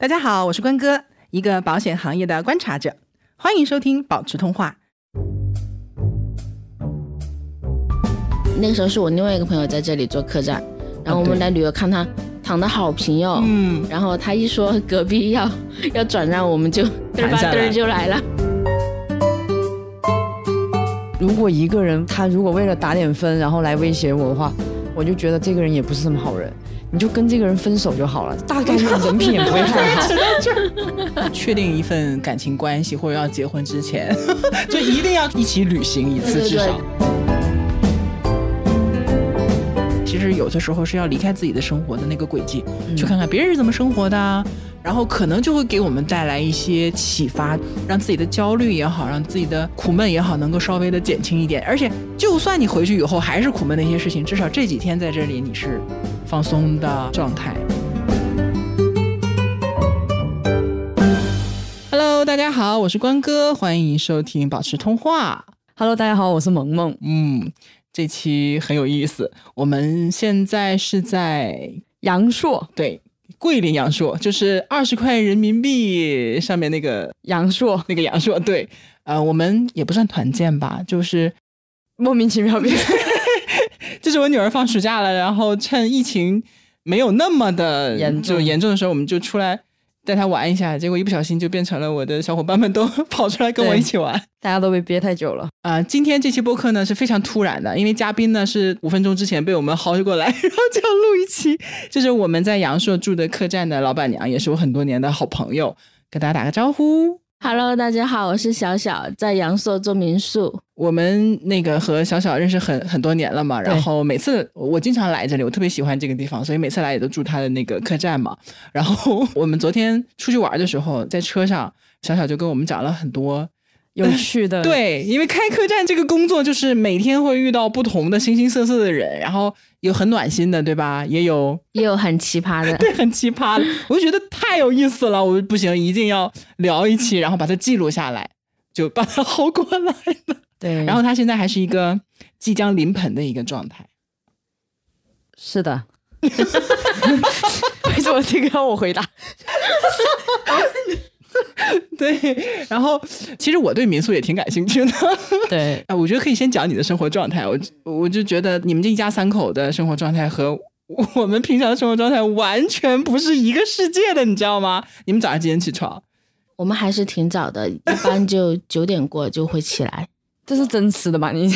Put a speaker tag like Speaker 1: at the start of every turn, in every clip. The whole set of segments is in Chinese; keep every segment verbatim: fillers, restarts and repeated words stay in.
Speaker 1: 大家好，我是关哥，一个保险行业的观察者，欢迎收听保持通话。
Speaker 2: 那个时候是我另外一个朋友在这里做客栈，然后我们来旅游看他躺得好平哟、哦，嗯，然后他一说隔壁要要转让，我们就嘚吧嘚就来了。
Speaker 3: 如果一个人他如果为了打点分然后来威胁我的话，我就觉得这个人也不是什么好人，你就跟这个人分手就好了，大概率人品也不会太好。
Speaker 1: 确定一份感情关系或者要结婚之前就一定要一起旅行一次至少。对对对，其实有的时候是要离开自己的生活的那个轨迹、嗯、去看看别人是怎么生活的，然后可能就会给我们带来一些启发，让自己的焦虑也好，让自己的苦闷也好能够稍微的减轻一点。而且就算你回去以后还是苦闷那些事情，至少这几天在这里你是放松的状态。 Hello 大家好，我是关哥，欢迎收听保持通话。
Speaker 3: Hello 大家好，我是萌萌。
Speaker 1: 嗯，这期很有意思，我们现在是在
Speaker 3: 阳朔，
Speaker 1: 对，桂林阳朔，就是二十块人民币上面那个
Speaker 3: 阳朔，
Speaker 1: 那个阳朔，对，呃，我们也不算团建吧，就是
Speaker 3: 莫名其妙变
Speaker 1: 就是我女儿放暑假了，然后趁疫情没有那么的
Speaker 3: 严重
Speaker 1: 严重的时候，我们就出来带她玩一下，结果一不小心就变成了我的小伙伴们都跑出来跟我一起玩，
Speaker 3: 大家都被憋太久了
Speaker 1: 啊、呃！今天这期播客呢是非常突然的，因为嘉宾呢是五分钟之前被我们薅过来，然后就要录一期，就是我们在阳朔住的客栈的老板娘，也是我很多年的好朋友，跟大家打个招呼。
Speaker 2: Hello 大家好，我是小小，在阳朔做民宿。
Speaker 1: 我们那个和小小认识很很多年了嘛，然后每次我经常来这里，我特别喜欢这个地方，所以每次来也都住他的那个客栈嘛。然后我们昨天出去玩的时候，在车上小小就跟我们讲了很多
Speaker 3: 有趣的、呃、
Speaker 1: 对，因为开客栈这个工作就是每天会遇到不同的形形色色的人，然后有很暖心的对吧，也有
Speaker 2: 也有很奇葩的
Speaker 1: 对，很奇葩的，我就觉得太有意思了，我不行一定要聊一期，然后把它记录下来，就把它薅过来了。
Speaker 3: 对，
Speaker 1: 然后他现在还是一个即将临盆的一个状态。
Speaker 3: 是的为什么这个让我回答
Speaker 1: 对，然后其实我对民宿也挺感兴趣的。
Speaker 3: 对
Speaker 1: 啊，我觉得可以先讲你的生活状态。我我就觉得你们这一家三口的生活状态和我们平常的生活状态完全不是一个世界的，你知道吗？你们早上几点起床？
Speaker 2: 我们还是挺早的，一般就九点过就会起来。
Speaker 3: 这是真吃的吧你？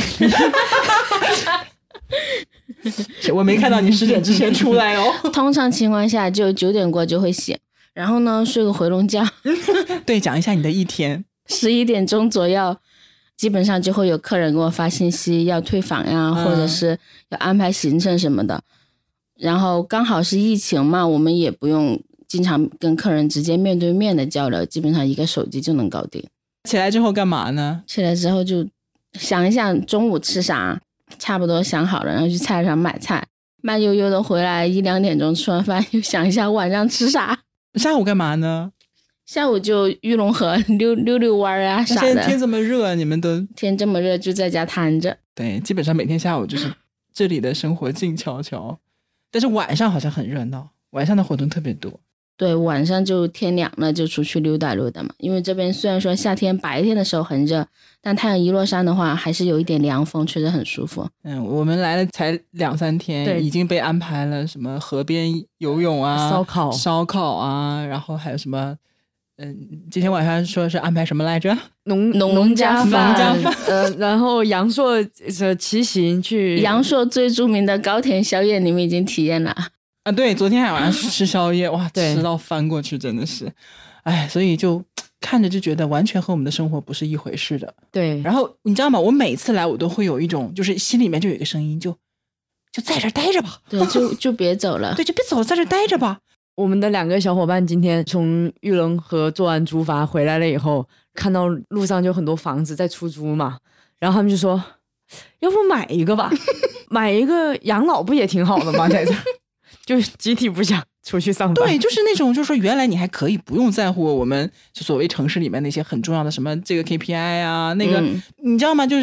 Speaker 1: 我没看到你十点之前出来哦。
Speaker 2: 通常情况下就九点过就会醒，然后呢睡个回笼觉。
Speaker 1: 对，讲一下你的一天。
Speaker 2: 十一点钟左右基本上就会有客人给我发信息要退房呀、嗯、或者是要安排行程什么的，然后刚好是疫情嘛，我们也不用经常跟客人直接面对面的交流，基本上一个手机就能搞定。
Speaker 1: 起来之后干嘛呢？
Speaker 2: 起来之后就想一想中午吃啥，差不多想好了，然后去菜市场买菜，慢悠悠的回来，一两点钟吃完饭又想一下晚上吃啥。
Speaker 1: 下午干嘛呢？
Speaker 2: 下午就玉龙河溜溜溜弯啊啥的。
Speaker 1: 现在天这么热，你们都
Speaker 2: 天这么热就在家瘫着。
Speaker 1: 对，基本上每天下午就是这里的生活静悄悄，但是晚上好像很热闹，晚上的活动特别多。
Speaker 2: 对，晚上就天凉了就出去溜达溜达嘛，因为这边虽然说夏天白天的时候很热，但太阳一落山的话还是有一点凉风，确实很舒服。
Speaker 1: 嗯，我们来了才两三天，已经被安排了什么河边游泳啊，
Speaker 3: 烧烤
Speaker 1: 烧烤啊，然后还有什么嗯，今天晚上说是安排什么来着？
Speaker 3: 农
Speaker 2: 农家饭，
Speaker 1: 农家饭。
Speaker 3: 呃，然后阳朔的骑行去
Speaker 2: 阳朔最著名的高田宵夜，你们已经体验了
Speaker 1: 啊？对，昨天晚上吃宵夜，哇，吃到翻过去，真的是，哎，所以就看着就觉得完全和我们的生活不是一回事的。
Speaker 3: 对，
Speaker 1: 然后你知道吗？我每次来，我都会有一种，就是心里面就有一个声音，就就在这儿待着吧，
Speaker 2: 对，就就别走了，
Speaker 1: 对，就别走，在这儿待着吧。
Speaker 3: 我们的两个小伙伴今天从玉龙河做完租筏回来了以后，看到路上就很多房子在出租嘛，然后他们就说要不买一个吧买一个养老不也挺好的吗？在这就集体不想出去上班。
Speaker 1: 对，就是那种就是说原来你还可以不用在乎我们所谓城市里面那些很重要的什么这个 K P I 啊那个、嗯、你知道吗？就是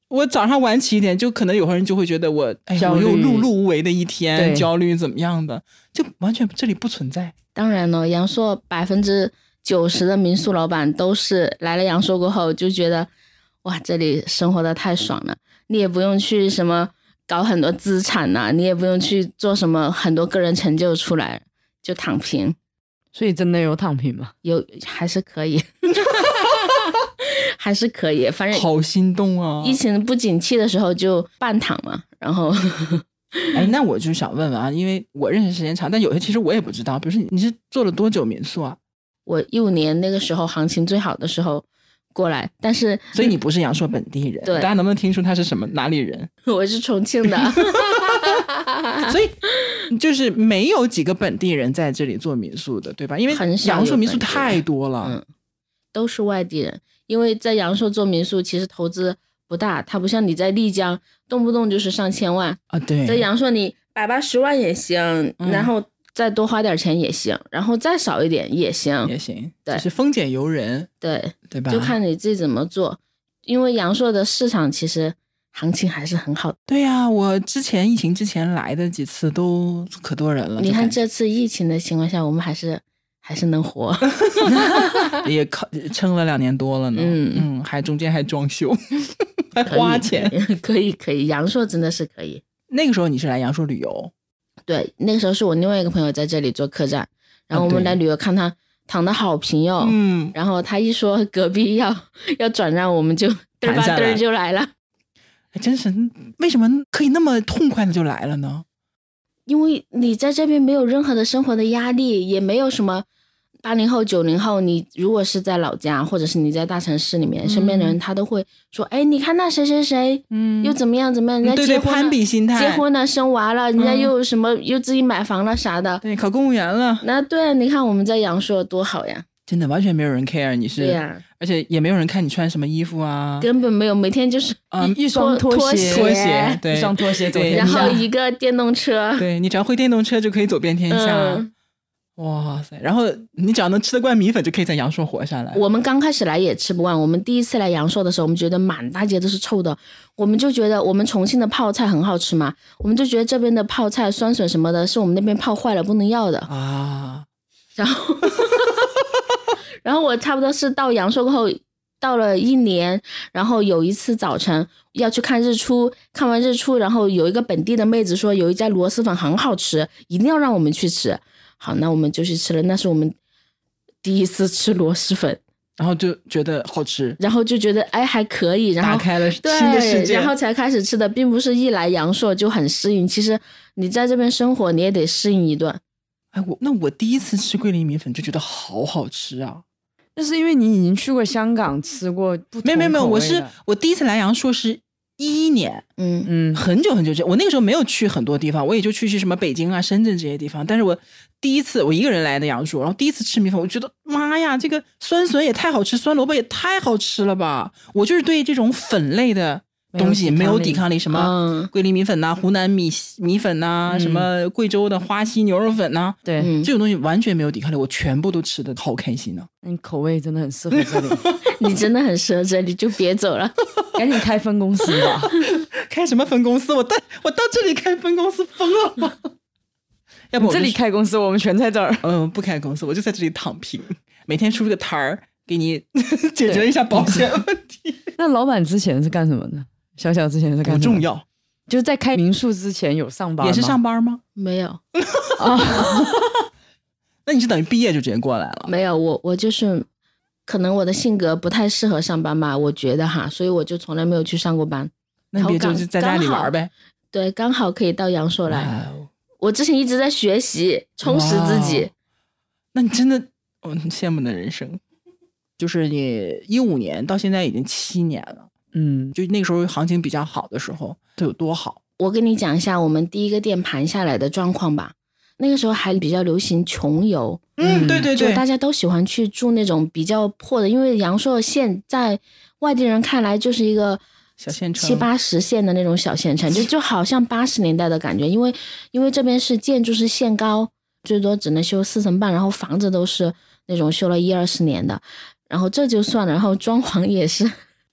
Speaker 1: 我早上晚起一点，就可能有人就会觉得我，哎，我又碌碌无为的一天，焦虑怎么样的，就完全这里不存在。
Speaker 2: 当然了，阳朔百分之九十的民宿老板都是来了阳朔过后就觉得，哇，这里生活的太爽了，你也不用去什么搞很多资产呐、啊，你也不用去做什么很多个人成就出来，就躺平。
Speaker 3: 所以真的有躺平吗？
Speaker 2: 有，还是可以。还是可以，反正
Speaker 1: 好心动啊！
Speaker 2: 疫情不景气的时候就半躺嘛，然后
Speaker 1: 哎，那我就想问问啊，因为我认识时间长，但有些其实我也不知道，比如说你是做了多久民宿啊？
Speaker 2: 我一五年那个时候行情最好的时候过来，但是
Speaker 1: 所以你不是阳朔本地人，
Speaker 2: 对，
Speaker 1: 大家能不能听出他是什么哪里人？
Speaker 2: 我是重庆的。
Speaker 1: 所以就是没有几个本地人在这里做民宿的，对吧？因为阳朔民宿太多了，
Speaker 2: 嗯，都是外地人。因为在阳朔做民宿其实投资不大，它不像你在丽江动不动就是上千万
Speaker 1: 啊。对，
Speaker 2: 在阳朔你百八十万也行、嗯、然后再多花点钱也行，然后再少一点也行
Speaker 1: 也行，
Speaker 2: 对，
Speaker 1: 就是丰俭由人，
Speaker 2: 对
Speaker 1: 对吧？
Speaker 2: 就看你自己怎么做，因为阳朔的市场其实行情还是很好的。
Speaker 1: 对呀、啊，我之前疫情之前来的几次都可多人了。
Speaker 2: 你看这次疫情的情况下，我们还是还是能活。
Speaker 1: 也靠撑了两年多了呢。嗯嗯，还中间还装修，还花钱。
Speaker 2: 可以可以，阳朔真的是可以。
Speaker 1: 那个时候你是来阳朔旅游？
Speaker 2: 对，那个时候是我另外一个朋友在这里做客栈，然后我们来旅游看他躺得好平哟。嗯，然后他一说隔壁要要转让，我们就嘚儿吧嘚儿就来了。
Speaker 1: 哎，真是，为什么可以那么痛快的就来了呢？
Speaker 2: 因为你在这边没有任何的生活的压力，也没有什么八零后九零后，你如果是在老家或者是你在大城市里面、嗯、身边的人他都会说，哎，你看那谁谁谁嗯，又怎么样怎么样，人家结婚了，对对，
Speaker 1: 攀比心态，
Speaker 2: 结婚了生娃了、嗯、人家又什么又自己买房了啥的，
Speaker 1: 对，考公务员了。
Speaker 2: 那对，你看我们在阳朔多好呀，
Speaker 1: 真的完全没有人 care 你是，
Speaker 2: 对呀、啊，
Speaker 1: 而且也没有人看你穿什么衣服啊，
Speaker 2: 根本没有，每天就是
Speaker 1: 嗯
Speaker 3: 一双拖鞋，
Speaker 1: 拖鞋，对，
Speaker 3: 一双拖鞋走天
Speaker 2: 下，然后一个电动车，
Speaker 1: 对，你只要会电动车就可以走遍天下。嗯，哇塞！然后你只要能吃得惯米粉，就可以在阳朔活下来。
Speaker 2: 我们刚开始来也吃不惯，我们第一次来阳朔的时候，我们觉得满大街都是臭的，我们就觉得我们重庆的泡菜很好吃嘛，我们就觉得这边的泡菜、酸笋什么的，是我们那边泡坏了不能要的
Speaker 1: 啊。
Speaker 2: 然后，然后我差不多是到阳朔过后，到了一年，然后有一次早晨要去看日出，看完日出，然后有一个本地的妹子说有一家螺蛳粉很好吃，一定要让我们去吃。好，那我们就去吃了，那是我们第一次吃螺蛳粉，
Speaker 1: 然后就觉得好吃，
Speaker 2: 然后就觉得哎还可以，然后
Speaker 1: 打开了新的世界，
Speaker 2: 然后才开始吃的，并不是一来阳朔就很适应，其实你在这边生活你也得适应一段。
Speaker 1: 哎，我那我第一次吃桂林米粉就觉得好好吃啊，
Speaker 3: 那是因为你已经去过香港吃过不同口味的。
Speaker 1: 没有没有没有，我是我第一次来阳朔是一一年，
Speaker 2: 嗯
Speaker 1: 嗯，很久很久前，我那个时候没有去很多地方，我也就去去什么北京啊、深圳这些地方。但是我第一次我一个人来的阳朔，然后第一次吃米粉，我觉得妈呀，这个酸笋也太好吃，酸萝卜也太好吃了吧！我就是对这种粉类的东西没有抵抗力，什么桂林米粉呐、啊、湖南米米粉呐、啊嗯、什么贵州的花溪牛肉粉呐、啊，
Speaker 3: 对、
Speaker 1: 嗯，这种东西完全没有抵抗力，我全部都吃的好开心呢、啊。
Speaker 3: 你口味真的很适合这里，
Speaker 2: 你真的很适合这里，就别走了，
Speaker 3: 赶紧开分公司吧。
Speaker 1: 开什么分公司？我到我到这里开分公司疯了吗？要不我
Speaker 3: 这里开公司，我们全在这儿。
Speaker 1: 嗯，不开公司，我就在这里躺平，每天出个摊儿给你解决一下保险问题。
Speaker 3: 那老板之前是干什么的？小小之前是干什么？
Speaker 1: 不重要，
Speaker 3: 就是在开民宿之前有上班吗？
Speaker 1: 也是上班吗？
Speaker 2: 没有。
Speaker 1: 啊，那你是等于毕业就直接过来了？
Speaker 2: 没有，我我就是可能我的性格不太适合上班吧，我觉得哈，所以我就从来没有去上过班。
Speaker 1: 那你别就是在家里玩呗。
Speaker 2: 对，刚好可以到阳朔来。我之前一直在学习，充实自己。
Speaker 1: 那你真的，我很羡慕的人生。就是你一五年到现在已经七年了。嗯，就那个时候行情比较好的时候，这有多好？
Speaker 2: 我跟你讲一下我们第一个店盘下来的状况吧。那个时候还比较流行穷游，
Speaker 1: 嗯，对对对，
Speaker 2: 就大家都喜欢去住那种比较破的，因为阳朔县在外地人看来就是一个
Speaker 1: 小县城，
Speaker 2: 七八十线的那种小县城，就就好像八十年代的感觉，因为因为这边是建筑是限高，最多只能修四层半，然后房子都是那种修了一二十年的，然后这就算了，然后装潢也是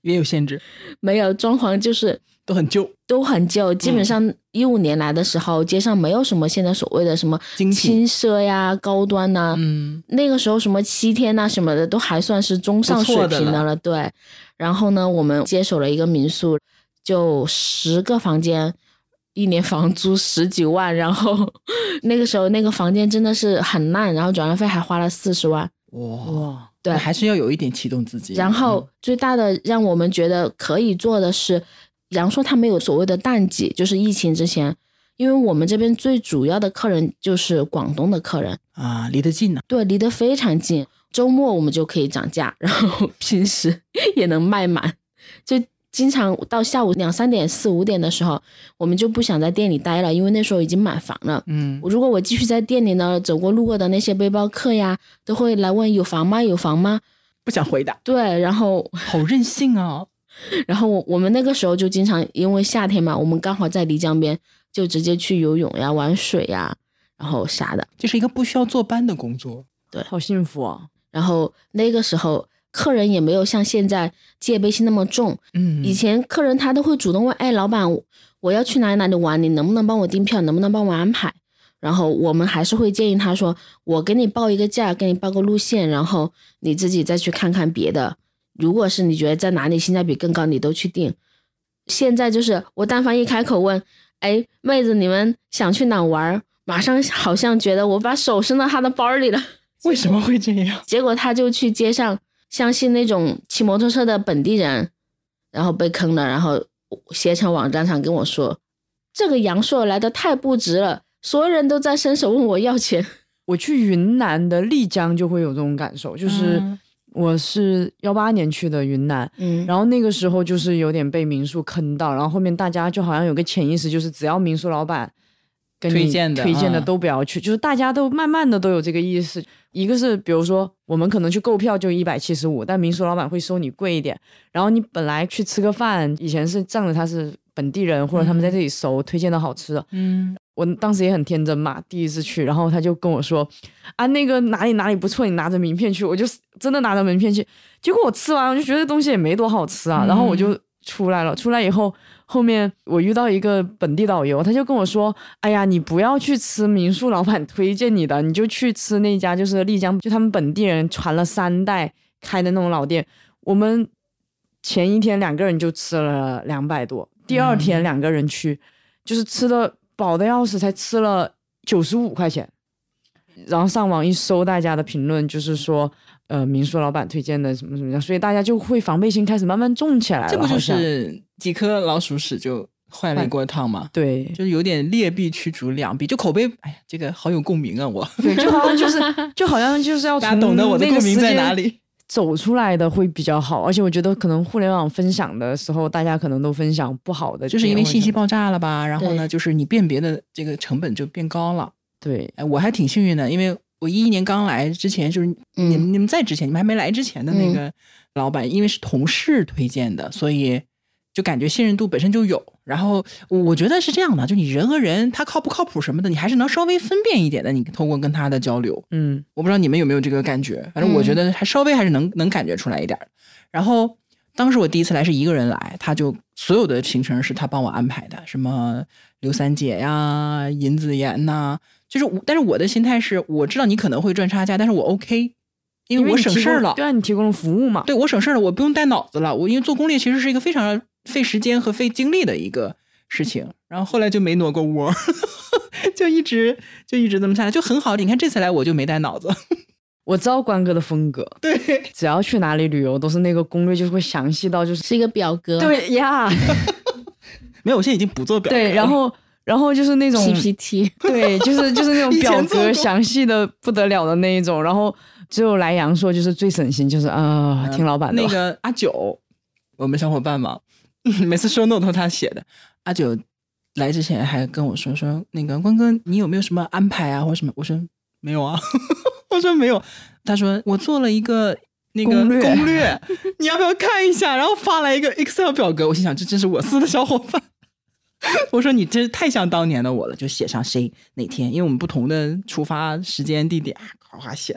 Speaker 1: 也有限制？
Speaker 2: 没有，装潢就是
Speaker 1: 都很旧，
Speaker 2: 都很旧。基本上一五年来的时候、嗯、街上没有什么现在所谓的什么轻奢呀高端呐、
Speaker 1: 嗯，
Speaker 2: 那个时候什么七天呐什么的都还算是中上水平的了，了对。然后呢我们接手了一个民宿，就十个房间，一年房租十几万，然后那个时候那个房间真的是很烂，然后转让费还花了四十万。
Speaker 1: 哇，
Speaker 2: 对，
Speaker 1: 还是要有一点启动资金。
Speaker 2: 然后最大的让我们觉得可以做的是，阳朔它没有所谓的淡季，就是疫情之前，因为我们这边最主要的客人就是广东的客人
Speaker 1: 啊，离得近呢。
Speaker 2: 对，离得非常近，周末我们就可以涨价，然后平时也能卖满，就经常到下午两三点四五点的时候，我们就不想在店里待了，因为那时候已经满房了。
Speaker 1: 嗯，
Speaker 2: 如果我继续在店里呢，走过路过的那些背包客呀，都会来问有房吗？有房吗？
Speaker 1: 不想回答。
Speaker 2: 对，然后
Speaker 1: 好任性啊！
Speaker 2: 然后我我们那个时候就经常因为夏天嘛，我们刚好在漓江边，就直接去游泳呀、玩水呀，然后啥的，
Speaker 1: 这是一个不需要坐班的工作。
Speaker 2: 对，
Speaker 3: 好幸福啊！
Speaker 2: 然后那个时候客人也没有像现在戒备心那么重，
Speaker 1: 嗯，
Speaker 2: 以前客人他都会主动问，哎，老板，我要去哪里哪里玩，你能不能帮我订票，能不能帮我安排？然后我们还是会建议他说，我给你报一个价，给你报个路线，然后你自己再去看看别的。如果是你觉得在哪里性价比更高，你都去订。现在就是我但凡一开口问，哎，妹子，你们想去哪玩？马上好像觉得我把手伸到他的包里了。
Speaker 1: 为什么会这样？
Speaker 2: 结果他就去街上相信那种骑摩托车的本地人，然后被坑了，然后携程网站上跟我说，这个阳朔来的太不值了，所有人都在伸手问我要钱。
Speaker 3: 我去云南的丽江就会有这种感受，就是我是幺八年去的云南，
Speaker 2: 嗯，
Speaker 3: 然后那个时候就是有点被民宿坑到，然后后面大家就好像有个潜意识，就是只要民宿老板跟你
Speaker 1: 推荐的
Speaker 3: 推荐的
Speaker 1: 啊
Speaker 3: 都不要去，就是大家都慢慢的都有这个意识。一个是比如说我们可能去购票就一百七十五，但民宿老板会收你贵一点，然后你本来去吃个饭，以前是仗着他是本地人或者他们在这里熟、嗯、推荐的好吃的，
Speaker 1: 嗯，
Speaker 3: 我当时也很天真嘛，第一次去，然后他就跟我说啊，那个哪里哪里不错，你拿着名片去。我就真的拿着名片去，结果我吃完我就觉得这东西也没多好吃啊、嗯、然后我就出来了。出来以后，后面我遇到一个本地导游，他就跟我说，哎呀，你不要去吃民宿老板推荐你的，你就去吃那家就是丽江，就他们本地人传了三代开的那种老店。我们前一天两个人就吃了两百多，第二天两个人去、嗯、就是吃的饱的要死，才吃了九十五块钱。然后上网一搜大家的评论，就是说呃，民宿老板推荐的什么什么样，所以大家就会防备心开始慢慢重起来了。
Speaker 1: 这不就是几颗老鼠屎就坏了一锅汤吗？
Speaker 3: 对，
Speaker 1: 就是有点劣币驱逐良币，就口碑，哎呀，这个好有共鸣啊！我
Speaker 3: 对，就好像就是就好像就是要从
Speaker 1: 大家懂得我的共鸣在哪里。
Speaker 3: 走出来的会比较好，而且我觉得可能互联网分享的时候，大家可能都分享不好的，
Speaker 1: 就是因为信息爆炸了吧？然后呢，就是你辨别的这个成本就变高了。
Speaker 3: 对，
Speaker 1: 哎，我还挺幸运的，因为我一一年刚来之前，就是你们、嗯、你们在之前，你们还没来之前的那个老板，嗯、因为是同事推荐的，所以就感觉信任度本身就有。然后我觉得是这样的，就你人和人他靠不靠谱什么的，你还是能稍微分辨一点的。你通过跟他的交流，
Speaker 3: 嗯，
Speaker 1: 我不知道你们有没有这个感觉，反正我觉得还稍微还是能能感觉出来一点。然后当时我第一次来是一个人来，他就所有的行程是他帮我安排的，什么刘三姐呀、银子岩呐，就是但是我的心态是，我知道你可能会赚差价，但是我 OK。因为我省事儿了，
Speaker 3: 对啊，你提供了服务嘛。
Speaker 1: 对，我省事儿了，我不用带脑子了。我因为做攻略其实是一个非常费时间和费精力的一个事情，然后后来就没挪过窝，就一直就一直这么下来，就很好。你看这次来我就没带脑子。
Speaker 3: 我知道关哥的风格，
Speaker 1: 对，
Speaker 3: 只要去哪里旅游都是那个攻略，就是会详细到就是
Speaker 2: 是一个表格。
Speaker 3: 对呀，
Speaker 1: 没有，我现在已经不做表格了。
Speaker 3: 对，然后。然后就是那种
Speaker 2: P P T，
Speaker 3: 对，就是就是那种表格详细的不得了的那一种。然后只有来阳朔就是最省心，就是啊、呃，听老板的。
Speaker 1: 那个阿九，我们小伙伴嘛，每次show note都他写的。阿九来之前还跟我说说，那个关哥，你有没有什么安排啊，或什么？我说没有啊，我说没有。他说我做了一个那个
Speaker 3: 攻略，
Speaker 1: 攻略你要不要看一下？然后发来一个 Excel 表格，我心想这真是我司的小伙伴。我说你真是太像当年的我了，就写上谁哪天，因为我们不同的出发时间地点，哗哗写的。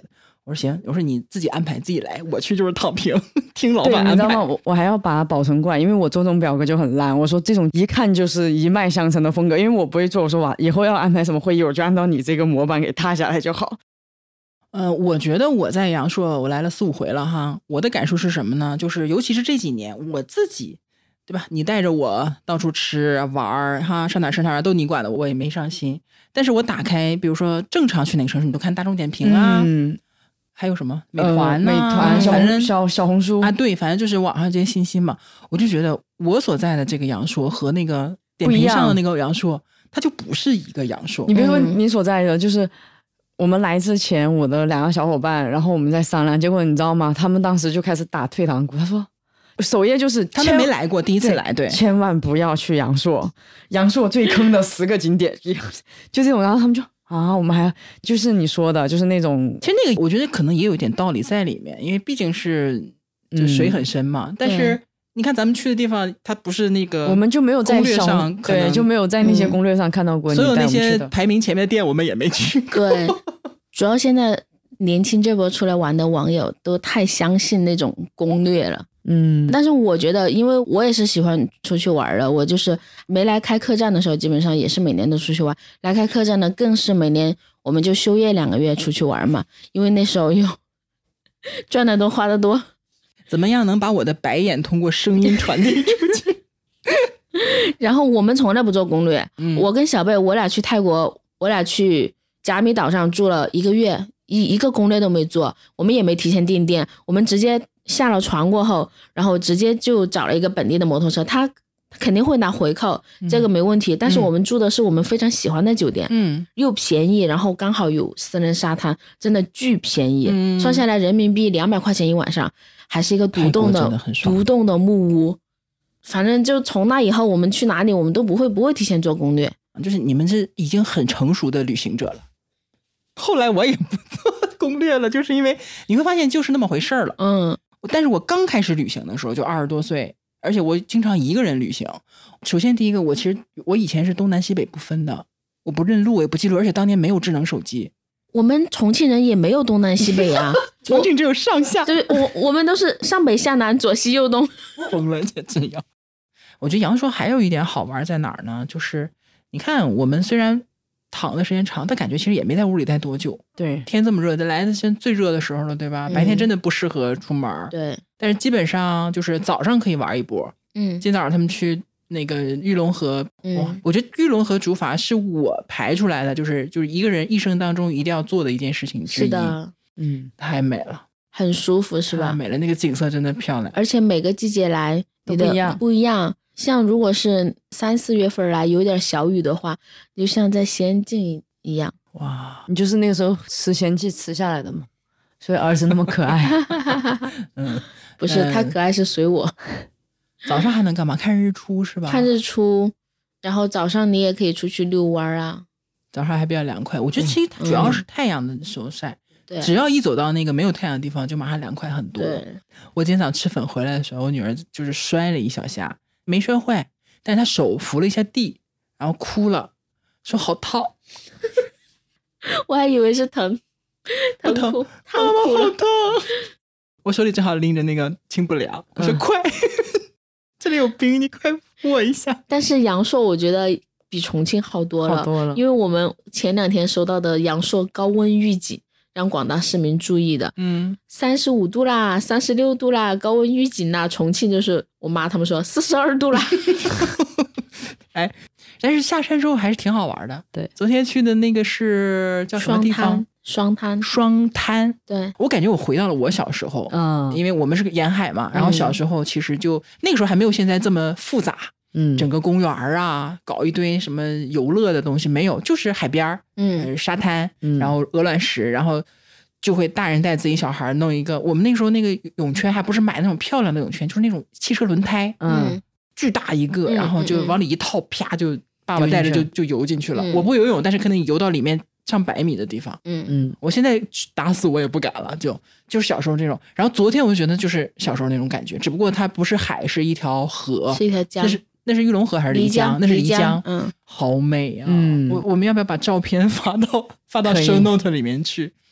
Speaker 1: 我说行，我说你自己安排自己来，我去就是躺平，听老板安排。
Speaker 3: 对，你知道吗？我我还要把它保存过来，因为我做这种表格就很烂。我说这种一看就是一脉相承的风格，因为我不会做。我说哇，以后要安排什么会议，我就按照你这个模板给踏下来就好。
Speaker 1: 呃，我觉得我在阳朔我来了四五回了哈，我的感受是什么呢？就是尤其是这几年我自己，对吧？你带着我到处吃玩哈，上哪吃哪都你管的，我也没上心。但是我打开，比如说正常去哪个城市，你都看大众点评啊，
Speaker 3: 嗯，
Speaker 1: 还有什么美团、啊呃、
Speaker 3: 美团、小红小小红书
Speaker 1: 啊，对，反正就是网上这些信息嘛，我就觉得我所在的这个阳朔和那个点评上的那个阳朔，它就不是一个阳朔。
Speaker 3: 你别说你所在的，就是我们来之前，我的两个小伙伴，然后我们在商量，结果你知道吗？他们当时就开始打退堂鼓，他说。首页就是
Speaker 1: 他们没来过，第一次来，对，
Speaker 3: 千万不要去阳朔，阳朔最坑的十个景点，就这种，然后他们就啊，我们还就是你说的，就是那种，
Speaker 1: 其实那个我觉得可能也有一点道理在里面，因为毕竟是就水很深嘛。嗯、但是你看咱们去的地方，它不是那个，
Speaker 3: 我们就没有在
Speaker 1: 攻略上，
Speaker 3: 对，就没有在那些攻略上看到过、嗯。
Speaker 1: 所有那些排名前面的店，我们也没去过。
Speaker 2: 对，主要现在年轻这波出来玩的网友都太相信那种攻略了。
Speaker 3: 嗯，
Speaker 2: 但是我觉得，因为我也是喜欢出去玩的，我就是没来开客栈的时候，基本上也是每年都出去玩。来开客栈呢，更是每年我们就休业两个月出去玩嘛，因为那时候又赚的多，花的多。
Speaker 1: 怎么样能把我的白眼通过声音传递出去？
Speaker 2: 然后我们从来不做攻略，
Speaker 1: 嗯、
Speaker 2: 我跟小贝，我俩去泰国，我俩去甲米岛上住了一个月，一一个攻略都没做，我们也没提前订店，我们直接。下了船过后，然后直接就找了一个本地的摩托车，他肯定会拿回扣，嗯、这个没问题。但是我们住的是我们非常喜欢的酒店，
Speaker 1: 嗯，
Speaker 2: 又便宜，然后刚好有私人沙滩，真的巨便宜，嗯、算下来人民币两百块钱一晚上，还是一个独栋的独栋的木屋。反正就从那以后，我们去哪里我们都不会不会提前做攻略，
Speaker 1: 就是你们是已经很成熟的旅行者了。后来我也不做攻略了，就是因为你会发现就是那么回事了，
Speaker 2: 嗯。
Speaker 1: 但是我刚开始旅行的时候就二十多岁，而且我经常一个人旅行。首先第一个，我其实我以前是东南西北不分的，我不认路也不记录，而且当年没有智能手机。
Speaker 2: 我们重庆人也没有东南西北啊，
Speaker 1: 重庆只有上下。
Speaker 2: 对，我我们都是上北下南左西右东。
Speaker 1: 疯了就这样。我觉得阳朔还有一点好玩在哪儿呢？就是你看我们虽然躺的时间长，但感觉其实也没在屋里待多久。
Speaker 3: 对，
Speaker 1: 天这么热，来的现在最热的时候了，对吧？白天真的不适合出门。
Speaker 2: 嗯、对，
Speaker 1: 但是基本上就是早上可以玩一波。
Speaker 2: 嗯，
Speaker 1: 今早上他们去那个玉龙河，
Speaker 2: 嗯、
Speaker 1: 哇，我觉得玉龙河竹筏是我排出来的，就是就是一个人一生当中一定要做的一件事情之一。
Speaker 2: 是的，
Speaker 1: 嗯，太美了，
Speaker 2: 很舒服，是吧？
Speaker 1: 太美了，那个景色真的漂亮。
Speaker 2: 而且每个季节来你的
Speaker 3: 不一样，
Speaker 2: 不一样。像如果是三四月份来有点小雨的话，就像在仙境一样。
Speaker 1: 哇，
Speaker 3: 你就是那个时候吃仙剂吃下来的嘛，所以儿子那么可爱。
Speaker 1: 嗯，
Speaker 2: 不是、嗯、他可爱是随我。
Speaker 1: 早上还能干嘛？看日出是吧？
Speaker 2: 看日出，然后早上你也可以出去遛弯啊。
Speaker 1: 早上还比较凉快，我觉得其实主要是太阳的时候晒。
Speaker 2: 嗯对，
Speaker 1: 只要一走到那个没有太阳的地方，就马上凉快很多。
Speaker 2: 对，
Speaker 1: 我今天早上吃粉回来的时候，我女儿就是摔了一小下，没摔坏，但是她手扶了一下地，然后哭了，说好烫。
Speaker 2: 我还以为是疼，疼
Speaker 1: 疼，
Speaker 2: 哭，
Speaker 1: 烫哭了，好烫。我手里正好拎着那个清补凉，我说、嗯、快，这里有冰，你快握一下。
Speaker 2: 但是阳朔我觉得比重庆好多了，
Speaker 3: 好多了，
Speaker 2: 因为我们前两天收到的阳朔高温预警，让广大市民注意的，
Speaker 1: 嗯，
Speaker 2: 三十五度啦，三十六度啦，高温预警啦。重庆就是我妈他们说四十二度啦。
Speaker 1: 哎，但是下山之后还是挺好玩的。
Speaker 3: 对，
Speaker 1: 昨天去的那个是叫什么地方？
Speaker 2: 双滩。
Speaker 1: 双滩。
Speaker 2: 对，
Speaker 1: 我感觉我回到了我小时候，
Speaker 3: 嗯，
Speaker 1: 因为我们是个沿海嘛，然后小时候其实就、嗯、那个时候还没有现在这么复杂。
Speaker 3: 嗯，
Speaker 1: 整个公园啊，搞一堆什么游乐的东西没有，就是海边，
Speaker 2: 嗯、
Speaker 1: 呃，沙滩，
Speaker 3: 嗯、
Speaker 1: 然后鹅卵石，然后就会大人带自己小孩弄一个。我们那个时候那个泳圈还不是买那种漂亮的泳圈，就是那种汽车轮胎，
Speaker 3: 嗯，
Speaker 1: 巨大一个，
Speaker 2: 嗯、
Speaker 1: 然后就往里一套，啪就爸爸带着就就游进去了。
Speaker 2: 嗯、
Speaker 1: 我不会游泳，但是可能游到里面上百米的地方。
Speaker 2: 嗯
Speaker 3: 嗯，
Speaker 1: 我现在打死我也不敢了，就就是小时候这种。然后昨天我就觉得就是小时候那种感觉，只不过它不是海，是一条河，
Speaker 2: 是一条江。
Speaker 1: 那是那是玉龙河还是漓江？那是漓江，
Speaker 2: 嗯，
Speaker 1: 好美啊！
Speaker 3: 嗯，
Speaker 1: 我我们要不要把照片发到发到 show note 里面去？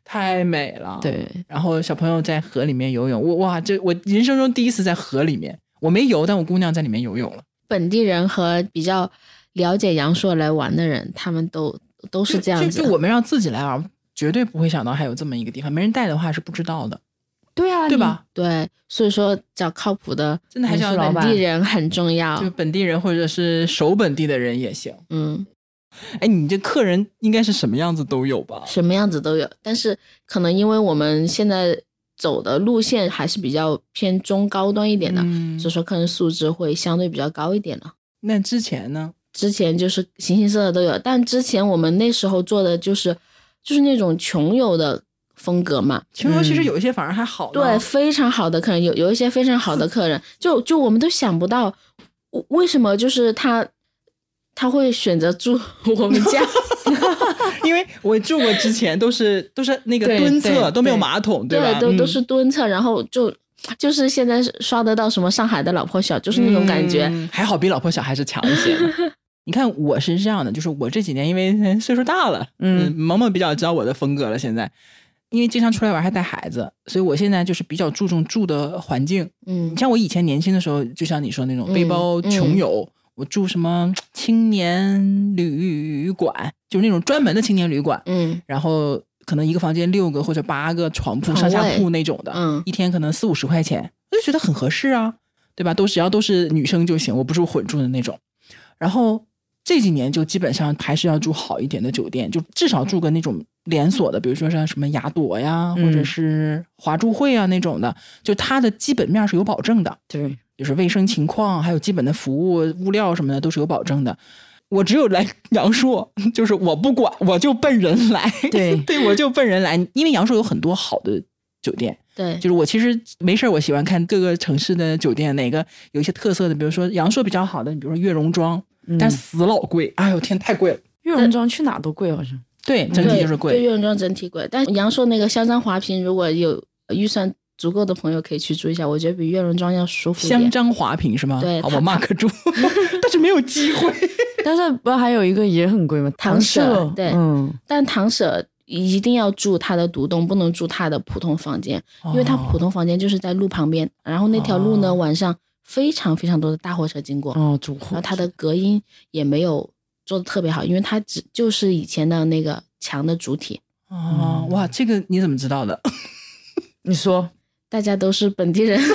Speaker 1: 太美了。
Speaker 3: 对，
Speaker 1: 然后小朋友在河里面游泳，我哇，这我人生中第一次在河里面，我没游，但我姑娘在里面游泳了。
Speaker 2: 本地人和比较了解阳朔来玩的人，他们都都是这样子。
Speaker 1: 就就我们让自己来玩，绝对不会想到还有这么一个地方，没人带的话是不知道的。
Speaker 3: 对啊，
Speaker 1: 对吧？
Speaker 2: 对，所以说找靠谱的，
Speaker 1: 真的还是要
Speaker 2: 本地人很重要，
Speaker 1: 就本地人或者是熟本地的人也行。
Speaker 2: 嗯。
Speaker 1: 哎，你这客人应该是什么样子都有吧？
Speaker 2: 什么样子都有，但是可能因为我们现在走的路线还是比较偏中高端一点的，嗯、所以说客人素质会相对比较高一点了。
Speaker 1: 那之前呢？
Speaker 2: 之前就是形形色色都有，但之前我们那时候做的就是就是那种穷游的风格嘛。
Speaker 1: 穷游其实有一些反而还好、嗯，
Speaker 2: 对，非常好的客人，有有一些非常好的客人，就就我们都想不到为什么就是他。他会选择住我们家
Speaker 1: 因为我住过之前都是都是那个蹲厕，都没有马桶， 对, 对吧？
Speaker 2: 对，都都是蹲厕、嗯、然后就就是现在刷得到什么上海的老婆小，就是那种感觉、
Speaker 1: 嗯、还好比老婆小还是强一些的你看我是这样的，就是我这几年因为岁数大了，嗯，萌萌比较知道我的风格了，现在因为经常出来玩还带孩子，所以我现在就是比较注重住的环境。嗯，像我以前年轻的时候，就像你说那种背包穷游、嗯嗯，我住什么青年旅馆，就是那种专门的青年旅馆，嗯，然后可能一个房间六个或者八个床铺上下铺那种的，嗯，一天可能四五十块钱，我就觉得很合适啊，对吧？都只要都是女生就行，我不住混住的那种。然后这几年就基本上还是要住好一点的酒店，就至少住个那种连锁的，比如说像什么雅朵呀，或者是华住会啊那种的，就它的基本面是有保证的，
Speaker 3: 对。
Speaker 1: 就是卫生情况还有基本的服务物料什么的都是有保证的。我只有来阳朔就是我不管，我就奔人来，
Speaker 3: 对
Speaker 1: 对，我就奔人来，因为阳朔有很多好的酒店，
Speaker 2: 对，
Speaker 1: 就是我其实没事我喜欢看各个城市的酒店哪个有一些特色的，比如说阳朔比较好的，你比如说悦榕庄、嗯、但死老贵，哎呦天太贵了，
Speaker 3: 悦榕庄去哪都贵好像，
Speaker 1: 对，整体就是贵，
Speaker 2: 对，悦榕庄整体贵，但阳朔那个香樟华坪如果有预算足够的朋友可以去住一下，我觉得比悦榕庄要舒服一点。
Speaker 1: 香樟华坪是吗？
Speaker 2: 对，
Speaker 1: 好，我 mark 住但是没有机会
Speaker 3: 但是不还有一个也很贵吗？
Speaker 2: 唐舍，对，
Speaker 3: 嗯，
Speaker 2: 但唐舍一定要住它的独栋，不能住它的普通房间、哦、因为它普通房间就是在路旁边，然后那条路呢、哦、晚上非常非常多的大货车经过，
Speaker 3: 哦，住户，
Speaker 2: 然后它的隔音也没有做的特别好，因为它只就是以前的那个墙的主体。
Speaker 1: 哦，哇，这个你怎么知道的
Speaker 3: 你说
Speaker 2: 大家都是本地人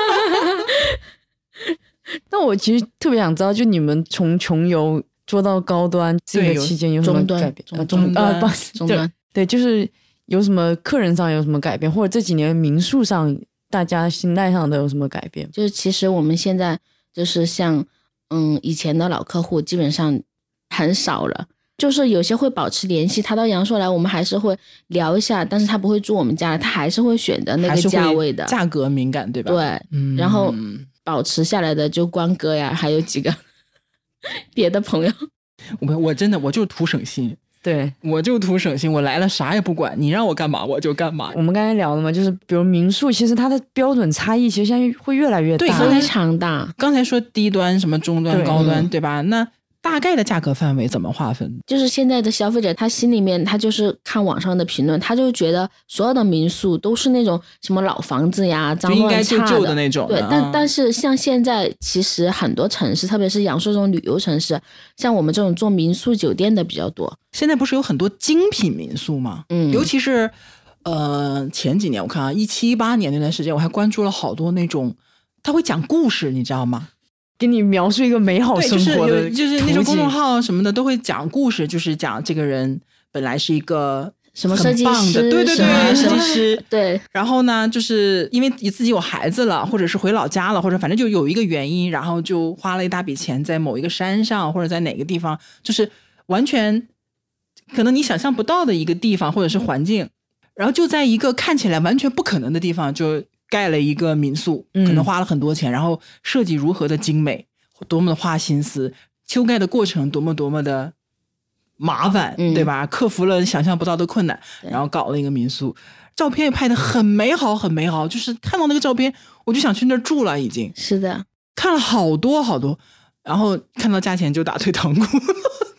Speaker 3: 那我其实特别想知道，就你们从穷游做到高端这个期间有什么改变？
Speaker 2: 中端、
Speaker 3: 啊、中,
Speaker 2: 中端
Speaker 3: 对，就是有什么客人上有什么改变，或者这几年民宿上大家心态上都有什么改变？
Speaker 2: 就是其实我们现在就是像嗯以前的老客户基本上很少了，就是有些会保持联系，他到阳朔来我们还是会聊一下，但是他不会住我们家，他还是会选择那个价位的，
Speaker 1: 价格敏感对吧？
Speaker 2: 对、
Speaker 1: 嗯、
Speaker 2: 然后保持下来的就关哥呀，还有几个别的朋友。
Speaker 1: 我我真的我就图省心，
Speaker 3: 对，
Speaker 1: 我就图省心，我来了啥也不管，你让我干嘛我就干嘛。
Speaker 3: 我们刚才聊了嘛，就是比如民宿其实它的标准差异其实现在会越来越大，
Speaker 1: 对，
Speaker 2: 非常大。
Speaker 1: 刚才说低端什么中端高端 对, 对吧，那大概的价格范围怎么划分？
Speaker 2: 就是现在的消费者他心里面他就是看网上的评论，他就觉得所有的民宿都是那种什么老房子呀，脏乱差的，
Speaker 1: 就应该就旧的那种的。
Speaker 2: 对，但、嗯、但是像现在其实很多城市，特别是阳朔这种旅游城市，像我们这种做民宿酒店的比较多。
Speaker 1: 现在不是有很多精品民宿吗？嗯，尤其是呃前几年我看啊，一七一八年那段时间，我还关注了好多那种他会讲故事，你知道吗？
Speaker 3: 给你描述一个美好生活的，
Speaker 1: 就是就是那种公众号什么的都会讲故事，就是讲这个人本来是一个
Speaker 2: 什么设计师，
Speaker 1: 对对对，设计师，
Speaker 2: 对。
Speaker 1: 然后呢，就是因为自己有孩子了，或者是回老家了，或者反正就有一个原因，然后就花了一大笔钱在某一个山上，或者在哪个地方，就是完全可能你想象不到的一个地方或者是环境，然后就在一个看起来完全不可能的地方就盖了一个民宿，可能花了很多钱、嗯、然后设计如何的精美，多么的花心思，修盖的过程多么多么的麻烦、嗯、对吧，克服了想象不到的困难，然后搞了一个民宿，照片也拍得很美好很美好，就是看到那个照片我就想去那儿住了，已经
Speaker 2: 是的，
Speaker 1: 看了好多好多，然后看到价钱就打退堂鼓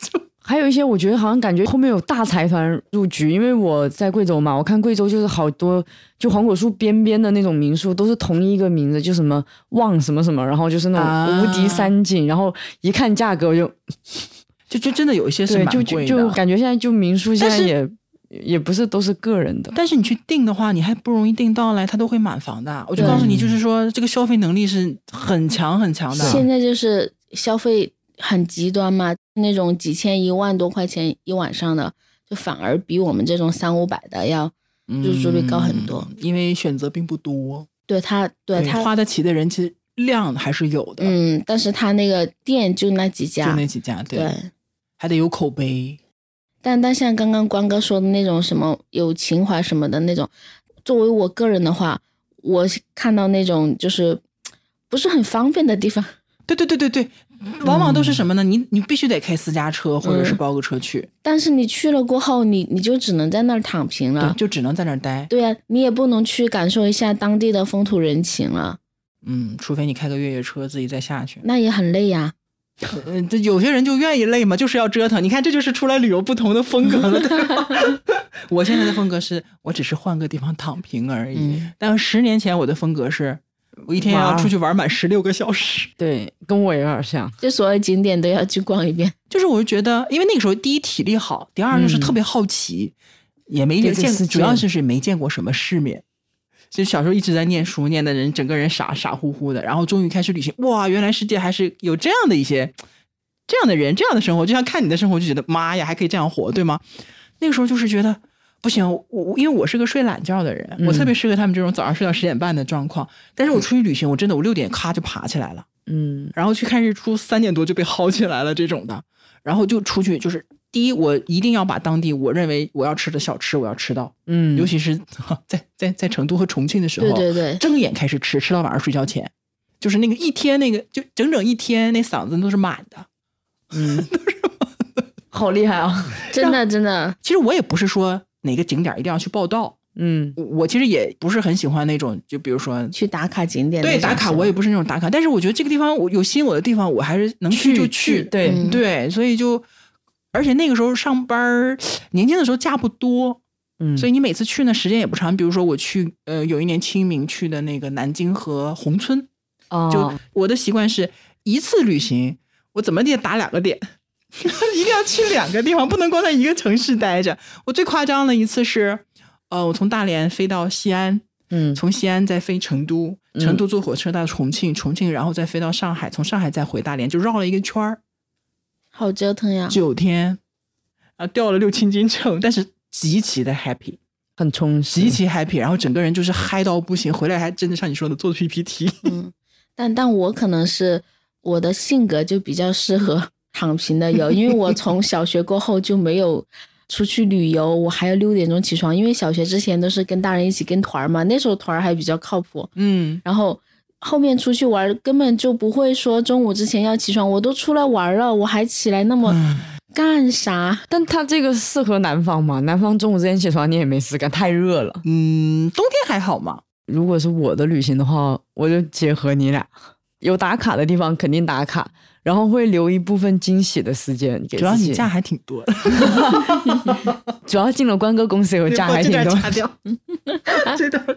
Speaker 3: 还有一些我觉得好像感觉后面有大财团入局，因为我在贵州嘛，我看贵州就是好多就黄果树边边的那种民宿都是同一个名字，就什么望什么什么，然后就是那种无敌山景，啊、然后一看价格就
Speaker 1: 就就真的有一些是蛮贵的，
Speaker 3: 就就就感觉现在就民宿现在也也不是都是个人的，
Speaker 1: 但是你去订的话，你还不容易订到来，它都会满房的。我就告诉你，就是说这个消费能力是很强很强的。
Speaker 2: 现在就是消费很极端嘛。那种几千一万多块钱一晚上的，就反而比我们这种三五百的要入住率高很多，
Speaker 1: 嗯、因为选择并不多。
Speaker 2: 对他，对他
Speaker 1: 花得起的人其实量还是有的。
Speaker 2: 嗯，但是他那个店就那几家，
Speaker 1: 就那几家，对，
Speaker 2: 对
Speaker 1: 还得有口碑。
Speaker 2: 但但像刚刚关哥说的那种什么有情怀什么的那种，作为我个人的话，我看到那种就是不是很方便的地方。
Speaker 1: 对对对对对，往往都是什么呢？嗯、你你必须得开私家车或者是包个车去。嗯、
Speaker 2: 但是你去了过后，你你就只能在那儿躺平了，
Speaker 1: 对，就只能在那儿待。
Speaker 2: 对啊，你也不能去感受一下当地的风土人情了。
Speaker 1: 嗯，除非你开个越野车自己再下去，
Speaker 2: 那也很累呀。
Speaker 1: 呃，这有些人就愿意累嘛，就是要折腾。你看，这就是出来旅游不同的风格了，对吧？我现在的风格是我只是换个地方躺平而已，嗯、但十年前我的风格是。我一天要出去玩满十六个小时，
Speaker 3: 对，跟我有点像，
Speaker 2: 就所有景点都要去逛一遍。
Speaker 1: 就是我就觉得，因为那个时候第一体力好，第二就是特别好奇，嗯、也没见，主要就是没见过什么世面。就小时候一直在念书，念的人整个人傻傻乎乎的，然后终于开始旅行，哇，原来世界还是有这样的一些这样的人，这样的生活。就像看你的生活，就觉得妈呀，还可以这样活，对吗？那个时候就是觉得。不行，我因为我是个睡懒觉的人，嗯、我特别适合他们这种早上睡到十点半的状况。但是我出去旅行，我真的我六点咔就爬起来了，嗯，然后去看日出，三点多就被薅起来了这种的。然后就出去，就是第一，我一定要把当地我认为我要吃的小吃我要吃到，嗯，尤其是在在在成都和重庆的时候，
Speaker 2: 对对对，
Speaker 1: 睁眼开始吃，吃到晚上睡觉前，就是那个一天那个就整整一天那嗓子都是满的，嗯，都是满的，
Speaker 3: 好厉害啊！
Speaker 2: 真的真的。
Speaker 1: 其实我也不是说。哪个景点一定要去报道？嗯，我其实也不是很喜欢那种，就比如说
Speaker 2: 去打卡景点。
Speaker 1: 对，打卡我也不是那种打卡，但是我觉得这个地方我有吸引我的地方，我还是能去就去。
Speaker 3: 对、
Speaker 1: 嗯、对，所以就，而且那个时候上班，年轻的时候假不多，嗯，所以你每次去呢时间也不长。比如说我去，呃，有一年清明去的那个南京和宏村，哦，就我的习惯是一次旅行，我怎么也打两个点。一定要去两个地方，不能光在一个城市待着。我最夸张的一次是，呃，我从大连飞到西安，嗯，从西安再飞成都，成都坐火车到重庆，重庆然后再飞到上海，从上海再回大连，就绕了一个圈儿，
Speaker 2: 好折腾呀！
Speaker 1: 九天，啊，掉了六七斤秤，但是极其的 happy，
Speaker 3: 很充实，
Speaker 1: 极其 happy， 然后整个人就是嗨到不行，回来还真的像你说的做 P P T。
Speaker 2: 嗯，但但我可能是我的性格就比较适合。躺平的有，因为我从小学过后就没有出去旅游，我还要六点钟起床，因为小学之前都是跟大人一起跟团嘛，那时候团还比较靠谱，嗯，然后后面出去玩根本就不会说中午之前要起床，我都出来玩了，我还起来那么干啥？
Speaker 3: 嗯、但他这个适合南方嘛？南方中午之前起床你也没事干，太热了。
Speaker 1: 嗯，冬天还好嘛。
Speaker 3: 如果是我的旅行的话，我就结合你俩，有打卡的地方肯定打卡。然后会留一部分惊喜的时间给自己，
Speaker 1: 主要你假还挺多的，
Speaker 3: 主要进了关哥公司以后假还挺多。
Speaker 1: 这掉，这段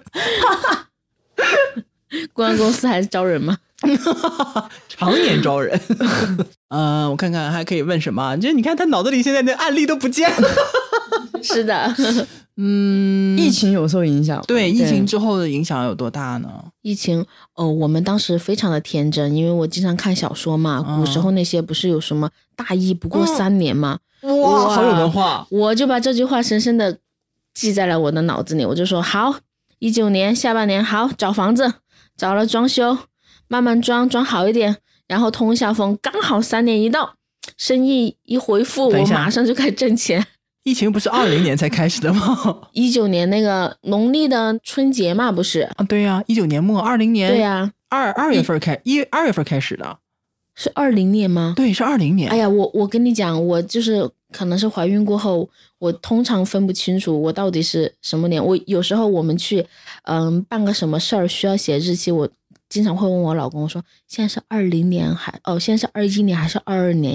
Speaker 2: 关公司还是招人吗？
Speaker 1: 常年招人。嗯、呃，我看看还可以问什么？就是你看他脑子里现在的案例都不见了。
Speaker 2: 是的。
Speaker 3: 嗯，疫情有受影响。
Speaker 1: 对，疫情之后的影响有多大呢？
Speaker 2: 疫情，哦，我们当时非常的天真，因为我经常看小说嘛，嗯、古时候那些不是有什么大疫不过三年嘛、
Speaker 1: 嗯，哇，好有文化！
Speaker 2: 我就把这句话深深的记在了我的脑子里，我就说好，一九年下半年好找房子，找了装修，慢慢装装好一点，然后通一下风，刚好三年一到，生意一回复，我马上就开始挣钱。
Speaker 1: 疫情不是二零年才开始的吗？
Speaker 2: 一九年那个农历的春节嘛，不是
Speaker 1: 啊？对呀、啊，一九年末，二零年
Speaker 2: 对呀、啊，
Speaker 1: 二二月份开一二月份开始的，
Speaker 2: 是二零年吗？
Speaker 1: 对，是二零年。
Speaker 2: 哎呀，我我跟你讲，我就是可能是怀孕过后，我通常分不清楚我到底是什么年。我有时候我们去嗯办个什么事儿需要写日期，我经常会问我老公说，现在是二零年还哦，现在是二一年还是二二年呀？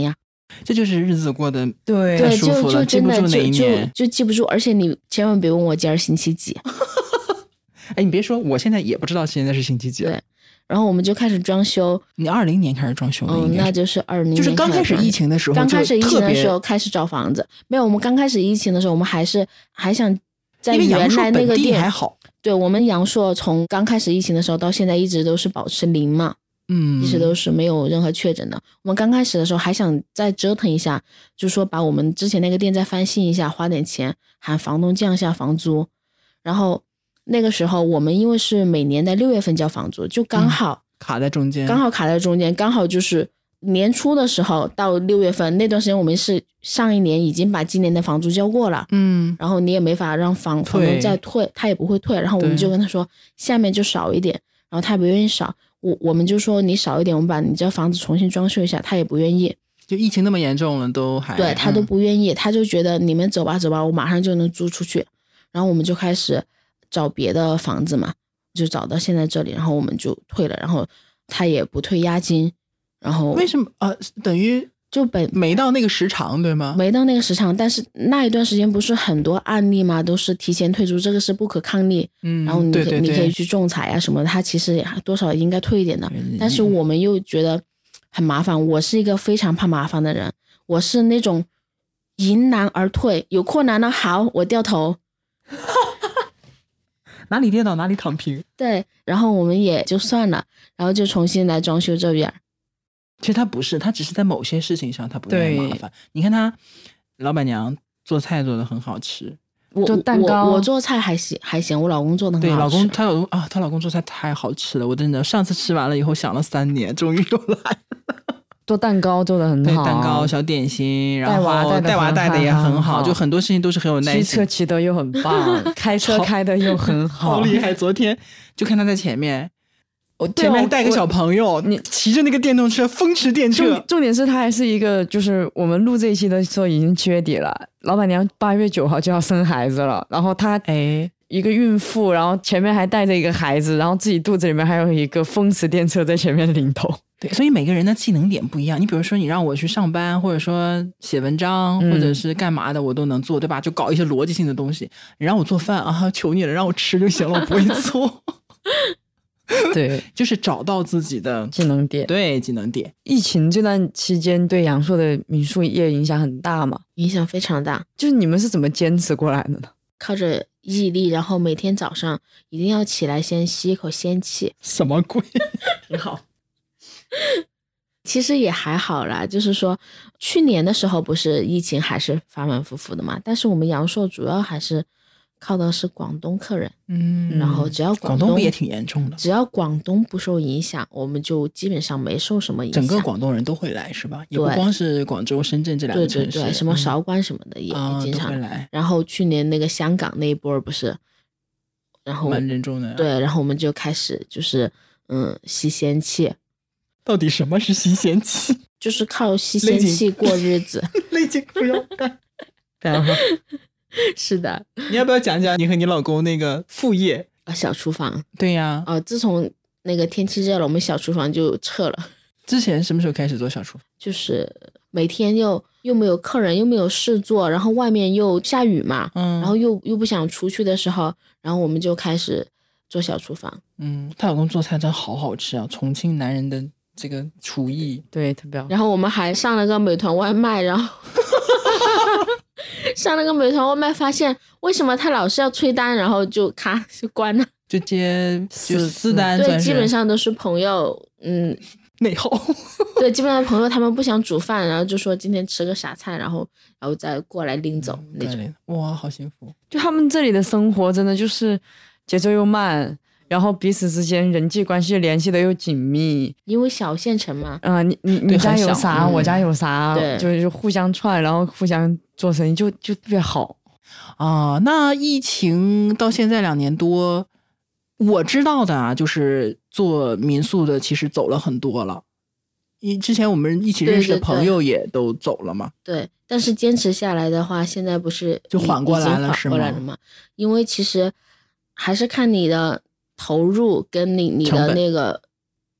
Speaker 1: 这就是日子过得
Speaker 3: 对
Speaker 1: 太舒服了，记不住哪一年，
Speaker 2: 就就记不住。而且你千万别问我今儿星期几。
Speaker 1: 哎，你别说，我现在也不知道现在是星期几了。
Speaker 2: 对，然后我们就开始装修。
Speaker 1: 你二零年开始装修的，
Speaker 2: 嗯，那就是二零年，
Speaker 1: 就是刚开始疫情的时候，
Speaker 2: 刚开始疫情的时候开始找房子。没有，我们刚开始疫情的时候，我们还是还想在原来那个店
Speaker 1: 还好。
Speaker 2: 对，我们阳朔从刚开始疫情的时候到现在一直都是保持零嘛，
Speaker 1: 嗯，
Speaker 2: 一直都是没有任何确诊的。我们刚开始的时候还想再折腾一下，就说把我们之前那个店再翻新一下，花点钱喊房东降一下房租。然后那个时候我们因为是每年的六月份交房租，就刚好、
Speaker 1: 嗯、卡在中间，
Speaker 2: 刚好卡在中间，刚好就是年初的时候到六月份那段时间，我们是上一年已经把今年的房租交过了，
Speaker 1: 嗯，
Speaker 2: 然后你也没法让房房东再退，他也不会退，然后我们就跟他说下面就少一点，然后他也不愿意少，我我们就说你少一点，我们把你这房子重新装修一下，他也不愿意。
Speaker 1: 就疫情那么严重了都还
Speaker 2: 对，他都不愿意、嗯、他就觉得你们走吧走吧，我马上就能租出去。然后我们就开始找别的房子嘛，就找到现在这里，然后我们就退了，然后他也不退押金。然后
Speaker 1: 为什么呃，等于
Speaker 2: 就本
Speaker 1: 没到那个时长对吗？
Speaker 2: 没到那个时长，但是那一段时间不是很多案例嘛，都是提前退租，这个是不可抗力。嗯，然后你可
Speaker 1: 对对对
Speaker 2: 你可以去仲裁啊什么的，他其实多少应该退一点的。但是我们又觉得很麻烦，我是一个非常怕麻烦的人，我是那种迎难而退，有困难了好我掉头。
Speaker 1: 哪里跌倒哪里躺平。
Speaker 2: 对，然后我们也就算了，然后就重新来装修这边。
Speaker 1: 其实他不是，他只是在某些事情上他不愿意麻烦。你看他老板娘做菜做的很好吃，
Speaker 2: 我
Speaker 3: 做蛋糕
Speaker 2: 我, 我做菜还行还行，我老公做的很好吃。
Speaker 1: 对，老公他老公啊，他老公做菜太好吃了，我真的上次吃完了以后想了三年，终于又来了。
Speaker 3: 做蛋糕做的很好，
Speaker 1: 对，蛋糕小点心，然后
Speaker 3: 带娃
Speaker 1: 带娃带的也很好，就很多事情都是很有耐心。
Speaker 3: 骑车骑的又很棒，开车开的又很好，
Speaker 1: 好厉害。昨天就看他在前面，我前面带个小朋友，你骑着那个电动车，风驰电掣。
Speaker 3: 重重点是他还是一个，就是我们录这一期的时候已经七月底了，老板娘八月九号就要生孩子了，然后他哎一个孕妇，然后前面还带着一个孩子，然后自己肚子里面还有一个风驰电掣在前面领头。
Speaker 1: 对，所以每个人的技能点不一样。你比如说，你让我去上班，或者说写文章，或者是干嘛的，我都能做，对吧？就搞一些逻辑性的东西。你让我做饭啊，求你了，让我吃就行了，我不会做。
Speaker 3: 对，
Speaker 1: 就是找到自己的
Speaker 3: 技能点。
Speaker 1: 对，技能点。
Speaker 3: 疫情这段期间对阳朔的民宿业影响很大嘛？
Speaker 2: 影响非常大。
Speaker 3: 就是你们是怎么坚持过来的呢？
Speaker 2: 靠着毅力，然后每天早上一定要起来先吸一口仙气。
Speaker 1: 什么鬼？
Speaker 2: 你好。其实也还好啦，就是说去年的时候不是疫情还是反反复复的嘛，但是我们阳朔主要还是靠的是广东客人，
Speaker 1: 嗯，
Speaker 2: 然后只要广东
Speaker 1: 广东也挺严重的，
Speaker 2: 只要广东不受影响，我们就基本上没受什么影响。
Speaker 1: 整个广东人都会来是吧？也不光是广州、深圳这两个城市，
Speaker 2: 对对对，什么韶关什么的也、
Speaker 1: 嗯、
Speaker 2: 经常、
Speaker 1: 哦、来。
Speaker 2: 然后去年那个香港那一波不是，然后
Speaker 1: 蛮严重的、啊。
Speaker 2: 对，然后我们就开始就是嗯吸仙气。
Speaker 1: 到底什么是吸仙气？
Speaker 2: 就是靠吸仙气过日子。
Speaker 1: 累进不要干。
Speaker 2: 是的。
Speaker 1: 你要不要讲讲你和你老公那个副业
Speaker 2: 啊？小厨房。
Speaker 1: 对呀。
Speaker 2: 哦，自从那个天气热了，我们小厨房就撤了。
Speaker 1: 之前什么时候开始做小厨房？
Speaker 2: 就是每天又又没有客人，又没有事做，然后外面又下雨嘛，嗯，然后又又不想出去的时候，然后我们就开始做小厨房。
Speaker 1: 嗯，她老公做菜真好好吃啊，重庆男人的这个厨艺，
Speaker 3: 对，特别好。
Speaker 2: 然后我们还上了个美团外卖，然后上了个美团外卖，发现为什么他老是要催单，然后就咔就关了，
Speaker 1: 就接就私单。
Speaker 2: 对，基本上都是朋友，嗯，
Speaker 1: 内耗。
Speaker 2: 对，基本上朋友他们不想煮饭，然后就说今天吃个啥菜，然后然后再过来拎走、嗯、那种。
Speaker 1: 哇，好幸福！
Speaker 3: 就他们这里的生活真的就是节奏又慢。然后彼此之间人际关系联系的又紧密，
Speaker 2: 因为小县城嘛，
Speaker 3: 啊、呃，你你你家有啥，
Speaker 2: 嗯、
Speaker 3: 我家有啥，
Speaker 2: 对，
Speaker 3: 就就互相串，然后互相做生意，就就特别好
Speaker 1: 啊。那疫情到现在两年多，我知道的啊，就是做民宿的其实走了很多了。因之前我们一起认识的朋友也都走了嘛。
Speaker 2: 对， 对， 对，但是坚持下来的话，现在不是
Speaker 1: 就缓过来了，是吗？
Speaker 2: 缓过来了吗？因为其实还是看你的投入跟你你的那个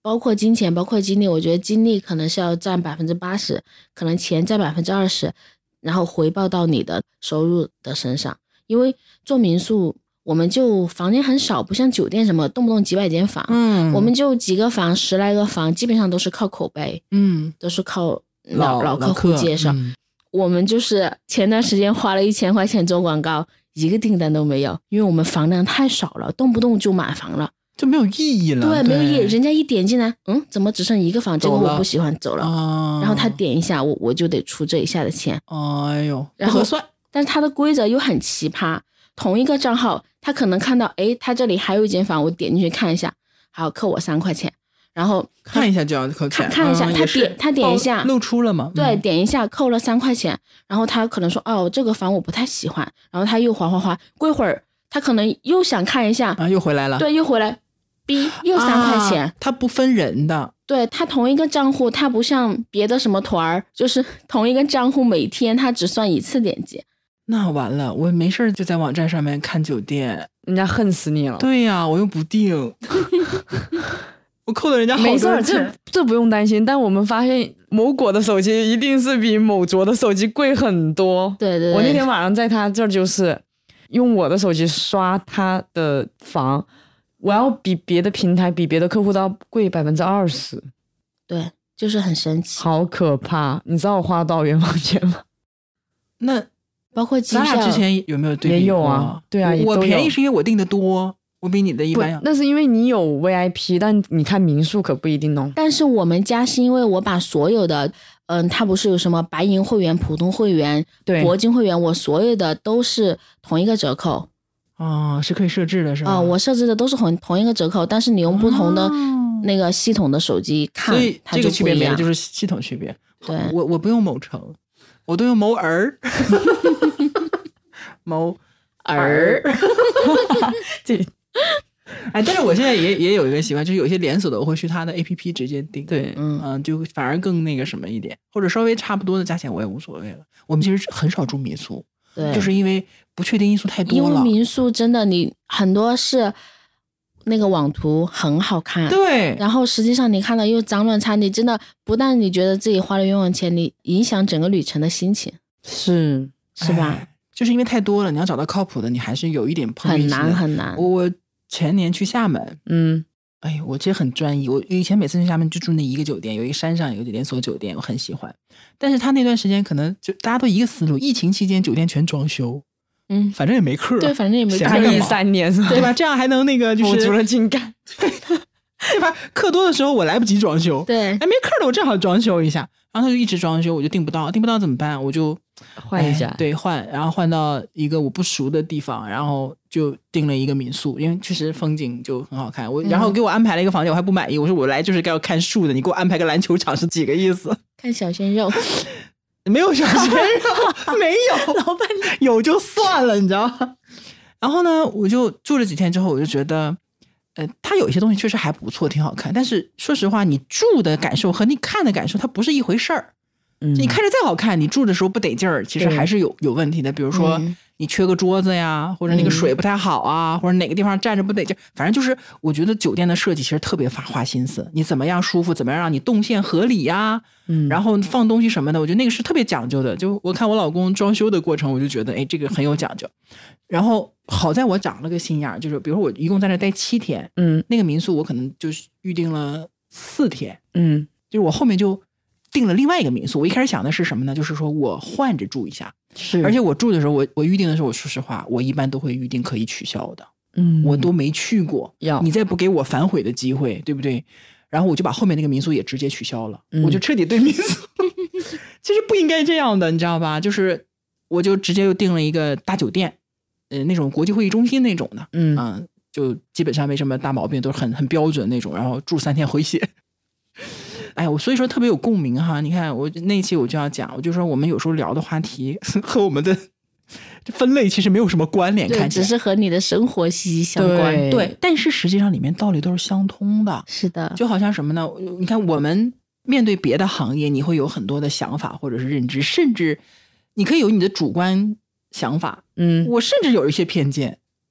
Speaker 2: 包括金钱包括精力，我觉得精力可能是要占百分之八十，可能钱占百分之二十，然后回报到你的收入的身上。因为做民宿我们就房间很少，不像酒店什么动不动几百间房，嗯，我们就几个房十来个房，基本上都是靠口碑，嗯，都是靠老老客户介绍、嗯、我们就是前段时间花了一千块钱做广告，一个订单都没有，因为我们房量太少了，动不动就满房了，
Speaker 1: 就没有意义了。
Speaker 2: 对, 对没有意义，人家一点进来，嗯，怎么只剩一个房，这个我不喜欢，走了、哦、然后他点一下我我就得出这一下的钱，
Speaker 1: 哎呦不合算。
Speaker 2: 但是他的规则又很奇葩，同一个账号他可能看到诶他这里还有一间房，我点进去看一下，好扣我三块钱，然后
Speaker 1: 看一下就要扣钱，
Speaker 2: 看一下、嗯、他点他点一下
Speaker 1: 露出了吗？
Speaker 2: 对、嗯、点一下扣了三块钱，然后他可能说哦这个房我不太喜欢，然后他又划划划，过一会儿他可能又想看一下
Speaker 1: 啊，又回来了，
Speaker 2: 对，又回来逼又三块钱、啊、
Speaker 1: 他不分人的，
Speaker 2: 对，他同一个账户，他不像别的什么团儿，就是同一个账户每天他只算一次点击。
Speaker 1: 那完了，我没事就在网站上面看酒店，
Speaker 3: 人家恨死你了。
Speaker 1: 对呀、啊，我又不订我扣了人家好多钱。
Speaker 3: 没事，这这不用担心。但我们发现某果的手机一定是比某卓的手机贵很多。
Speaker 2: 对对对，
Speaker 3: 我那天晚上在他这儿就是用我的手机刷他的房，我要比别的平台比别的客户都要贵百分之二十。
Speaker 2: 对，就是很神奇，
Speaker 3: 好可怕。你知道我花了多少冤枉钱吗？
Speaker 1: 那
Speaker 2: 包括
Speaker 1: 咱俩之前有没有对比过？
Speaker 3: 也有啊，对啊，
Speaker 1: 我便宜是因为我订的多，我比你的一般要。
Speaker 3: 那是因为你有 V I P， 但你看民宿可不一定哦。
Speaker 2: 但是我们家是因为我把所有的，嗯，它不是有什么白银会员、普通会员、铂金会员，我所有的都是同一个折扣。
Speaker 1: 哦，是可以设置的是吧？
Speaker 2: 啊、呃，我设置的都是同同一个折扣，但是你用不同的那个系统的手机看，
Speaker 1: 所以
Speaker 2: 它就不一样。
Speaker 1: 这个区别没了，就是系统区别。
Speaker 2: 对，
Speaker 1: 我我不用某城，我都用某儿。某儿这哎，但是我现在也也有一个习惯，就是有些连锁的我会去他的 A P P 直接订，
Speaker 3: 对，
Speaker 1: 嗯、呃、就反而更那个什么一点，或者稍微差不多的价钱我也无所谓了。我们其实很少住民宿，
Speaker 2: 对，
Speaker 1: 就是因为不确定因素太多了。
Speaker 2: 因为民宿真的你很多是那个网图很好看，
Speaker 1: 对，
Speaker 2: 然后实际上你看到又脏乱差，你真的不但你觉得自己花了冤枉钱，你影响整个旅程的心情，
Speaker 3: 是
Speaker 2: 是吧？
Speaker 1: 就是因为太多了，你要找到靠谱的，你还是有一点碰运气的，
Speaker 2: 很难很难。
Speaker 1: 我前年去厦门，
Speaker 3: 嗯，
Speaker 1: 哎，我其实很专一。我以前每次去厦门就住那一个酒店，有一个山上有一个连锁酒店，我很喜欢。但是他那段时间可能就大家都一个思路，疫情期间酒店全装修，
Speaker 2: 嗯，
Speaker 1: 反正也没课，
Speaker 2: 对，反正也没
Speaker 3: 课，一三年是吧？
Speaker 1: 对吧？这样还能那个就是
Speaker 3: 补足了情感，
Speaker 1: 对吧？课多的时候我来不及装修，
Speaker 2: 对，
Speaker 1: 哎，没课了我正好装修一下，然后他就一直装修，我就订不到，订不到怎么办？我就
Speaker 3: 换一下，
Speaker 1: 对，换，然后换到一个我不熟的地方，然后就订了一个民宿，因为确实风景就很好看。我然后给我安排了一个房间，我还不满意，我说我来就是该要看树的，你给我安排个篮球场是几个意思？
Speaker 2: 看小鲜肉，
Speaker 1: 没有小鲜肉，没有，
Speaker 2: 老板
Speaker 1: 有就算了，你知道吗？然后呢，我就住了几天之后，我就觉得，呃，它有一些东西确实还不错，挺好看。但是说实话，你住的感受和你看的感受，它不是一回事儿。嗯，你看着再好看，你住的时候不得劲儿，其实还是有有问题的。比如说，你缺个桌子呀，或者那个水不太好啊，嗯、或者哪个地方站着不得劲儿，反正就是我觉得酒店的设计其实特别花花心思，你怎么样舒服，怎么样让你动线合理呀，嗯，然后放东西什么的，我觉得那个是特别讲究的。就我看我老公装修的过程，我就觉得，哎，这个很有讲究。然后好在我长了个心眼儿，就是比如说我一共在那待七天，嗯，那个民宿我可能就是预定了四天，嗯，就是我后面就订了另外一个民宿。我一开始想的是什么呢？就是说我换着住一下，是，而且我住的时候，我我预定的时候，我说实话，我一般都会预定可以取消的，嗯，我都没去过，要你再不给我反悔的机会，对不对？然后我就把后面那个民宿也直接取消了，嗯、我就彻底对民宿，其实不应该这样的，你知道吧？就是我就直接又订了一个大酒店。呃，那种国际会议中心那种的，嗯啊，就基本上没什么大毛病，都是很很标准那种，然后住三天回血。哎，我所以说特别有共鸣哈。你看我那一期我就要讲，我就说我们有时候聊的话题和我们的分类其实没有什么关联，看起来
Speaker 2: 只是和你的生活息息相关。
Speaker 1: 对，对，但是实际上里面道理都是相通的。
Speaker 2: 是的，
Speaker 1: 就好像什么呢？你看我们面对别的行业，你会有很多的想法或者是认知，甚至你可以有你的主观想法，嗯，我甚至有一些偏见，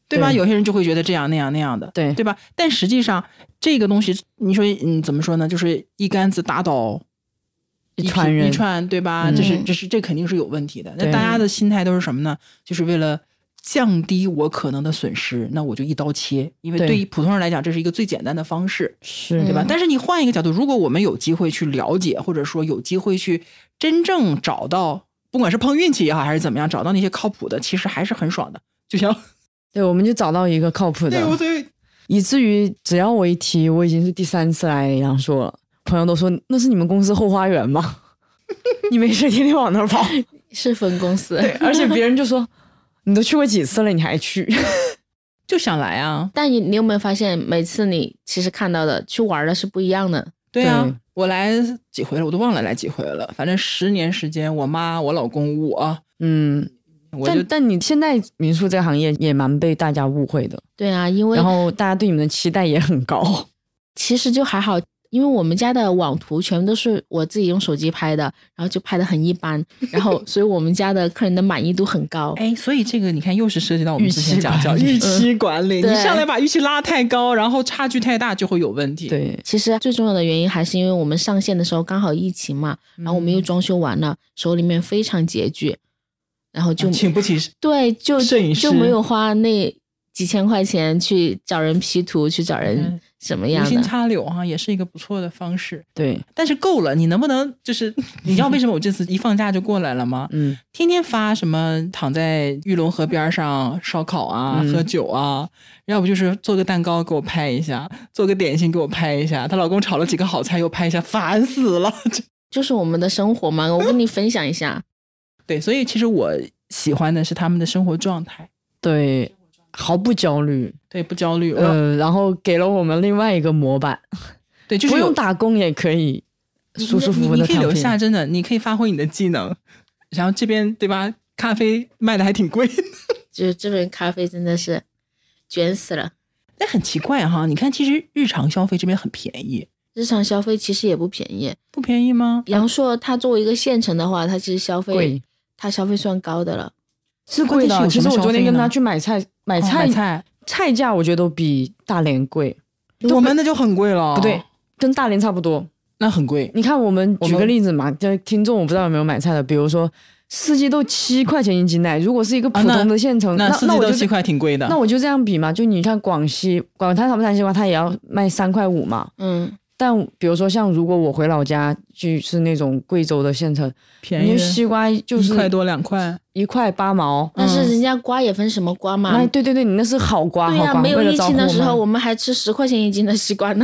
Speaker 1: 对吧？
Speaker 3: 对
Speaker 1: 有些人就会觉得这样那样那样的，
Speaker 3: 对
Speaker 1: 对吧？但实际上这个东西，你说嗯怎么说呢？就是一竿子打倒
Speaker 3: 一船人
Speaker 1: 一串，对吧？
Speaker 3: 嗯
Speaker 1: 这是这是这肯定是有问题的。那
Speaker 3: 对
Speaker 1: 大家的心态都是什么呢？就是为了降低我可能的损失，那我就一刀切，因为
Speaker 3: 对
Speaker 1: 对于普通人来讲，这是一个最简单的方式，
Speaker 3: 是
Speaker 1: 对吧？
Speaker 2: 嗯
Speaker 1: 但是你换一个角度，如果我们有机会去了解，或者说有机会去真正找到，不管是碰运气也好，还是怎么样，找到那些靠谱的，其实还是很爽的。就像
Speaker 3: 对，我们就找到一个靠谱的
Speaker 1: 对，我所以
Speaker 3: 以至于只要我一提我已经是第三次来阳朔了，朋友都说那是你们公司后花园吗？你没事天天往那儿跑。
Speaker 2: 是分公司，
Speaker 3: 对，而且别人就说你都去过几次了，你还去？
Speaker 1: 就想来啊。
Speaker 2: 但你你有没有发现，每次你其实看到的去玩的是不一样的？
Speaker 1: 对啊，
Speaker 3: 对
Speaker 1: 我来几回了，我都忘了来几回了。反正十年时间，我妈、我老公、我，
Speaker 3: 嗯，
Speaker 1: 我就
Speaker 3: 但但你现在民宿这个行业也蛮被大家误会的，
Speaker 2: 对啊，因为
Speaker 3: 然后大家对你们的期待也很高。
Speaker 2: 其实就还好，因为我们家的网图全部都是我自己用手机拍的，然后就拍的很一般，然后所以我们家的客人的满意度很高。
Speaker 1: 哎，所以这个你看，又是涉及到我们
Speaker 3: 预
Speaker 1: 之前
Speaker 3: 期
Speaker 1: 讲叫
Speaker 3: 管理
Speaker 1: 预期管理。
Speaker 2: 对
Speaker 1: 你上来把预期拉太高，然后差距太大，就会有问题。，
Speaker 3: 对，
Speaker 2: 其实最重要的原因还是因为我们上线的时候刚好疫情嘛，然后我们又装修完了，手里面非常拮据，然后就、
Speaker 1: 啊请不起
Speaker 2: 对就
Speaker 1: 摄影师
Speaker 2: 就没有花那几千块钱去找人 P 图，去找人
Speaker 1: 嗯
Speaker 2: 什么样
Speaker 1: 无心
Speaker 2: 的。
Speaker 1: 插柳哈，也是一个不错的方式。
Speaker 3: 对，
Speaker 1: 但是够了，你能不能就是你知道为什么我这次一放假就过来了吗？
Speaker 3: 嗯，
Speaker 1: 天天发什么躺在玉龙河边上烧烤啊、
Speaker 3: 嗯
Speaker 1: 喝酒啊，要不就是做个蛋糕给我拍一下，做个点心给我拍一下，她老公炒了几个好菜又拍一下，烦死了。
Speaker 2: 就是我们的生活嘛，我跟你分享一下。
Speaker 1: 对，所以其实我喜欢的是他们的生活状态，
Speaker 3: 对，毫不焦虑，
Speaker 1: 对，不焦虑，
Speaker 3: 呃，然后给了我们另外一个模板，
Speaker 1: 对，就是有
Speaker 3: 不用打工也可以舒舒服服
Speaker 1: 你你可以
Speaker 3: 的躺平。
Speaker 1: 留下，真的，你可以发挥你的技能，然后这边对吧？咖啡卖的还挺贵。
Speaker 2: 就是这边咖啡真的是卷死了。
Speaker 1: 但很奇怪哈，你看，其实日常消费这边很便宜，
Speaker 2: 日常消费其实也不便宜。
Speaker 1: 不便宜吗？
Speaker 2: 阳朔它作为一个县城的话，它其实消费
Speaker 3: 贵，
Speaker 2: 它消费算高的了。
Speaker 3: 是贵的。
Speaker 1: 关键是有
Speaker 3: 其实我
Speaker 1: 什么消费呢
Speaker 3: 昨天跟他去买菜，买
Speaker 1: 哦
Speaker 3: 菜、
Speaker 1: 买菜，
Speaker 3: 菜价我觉得都比大连贵，
Speaker 1: 我们那就很贵了。
Speaker 3: 不对，，跟大连差不多。
Speaker 1: 那很贵。
Speaker 3: 你看，我们举
Speaker 1: 我们
Speaker 3: 个例子嘛，就听众我不知道有没有买菜的，比如说四季豆七块钱一斤呢，如果是一个普通的县城，
Speaker 1: 那
Speaker 3: 那那我就
Speaker 1: 四季豆七块挺贵的。
Speaker 3: 那我就这样比嘛，就你看广西广滩长滩西瓜，它也要卖三块五嘛。
Speaker 2: 嗯，
Speaker 3: 但比如说像如果我回老家就是那种贵州的县城，
Speaker 1: 便宜
Speaker 3: 你西瓜就是
Speaker 1: 一块多两块，
Speaker 3: 一块八毛。
Speaker 2: 但是人家瓜也分什么瓜嘛。
Speaker 3: 哎，对对对，你那是好瓜，
Speaker 2: 对呀、
Speaker 3: 好瓜。
Speaker 2: 没有疫
Speaker 3: 为了招呼
Speaker 2: 情的时候，
Speaker 3: 嘛
Speaker 2: 我们还吃十块钱一斤的西瓜呢。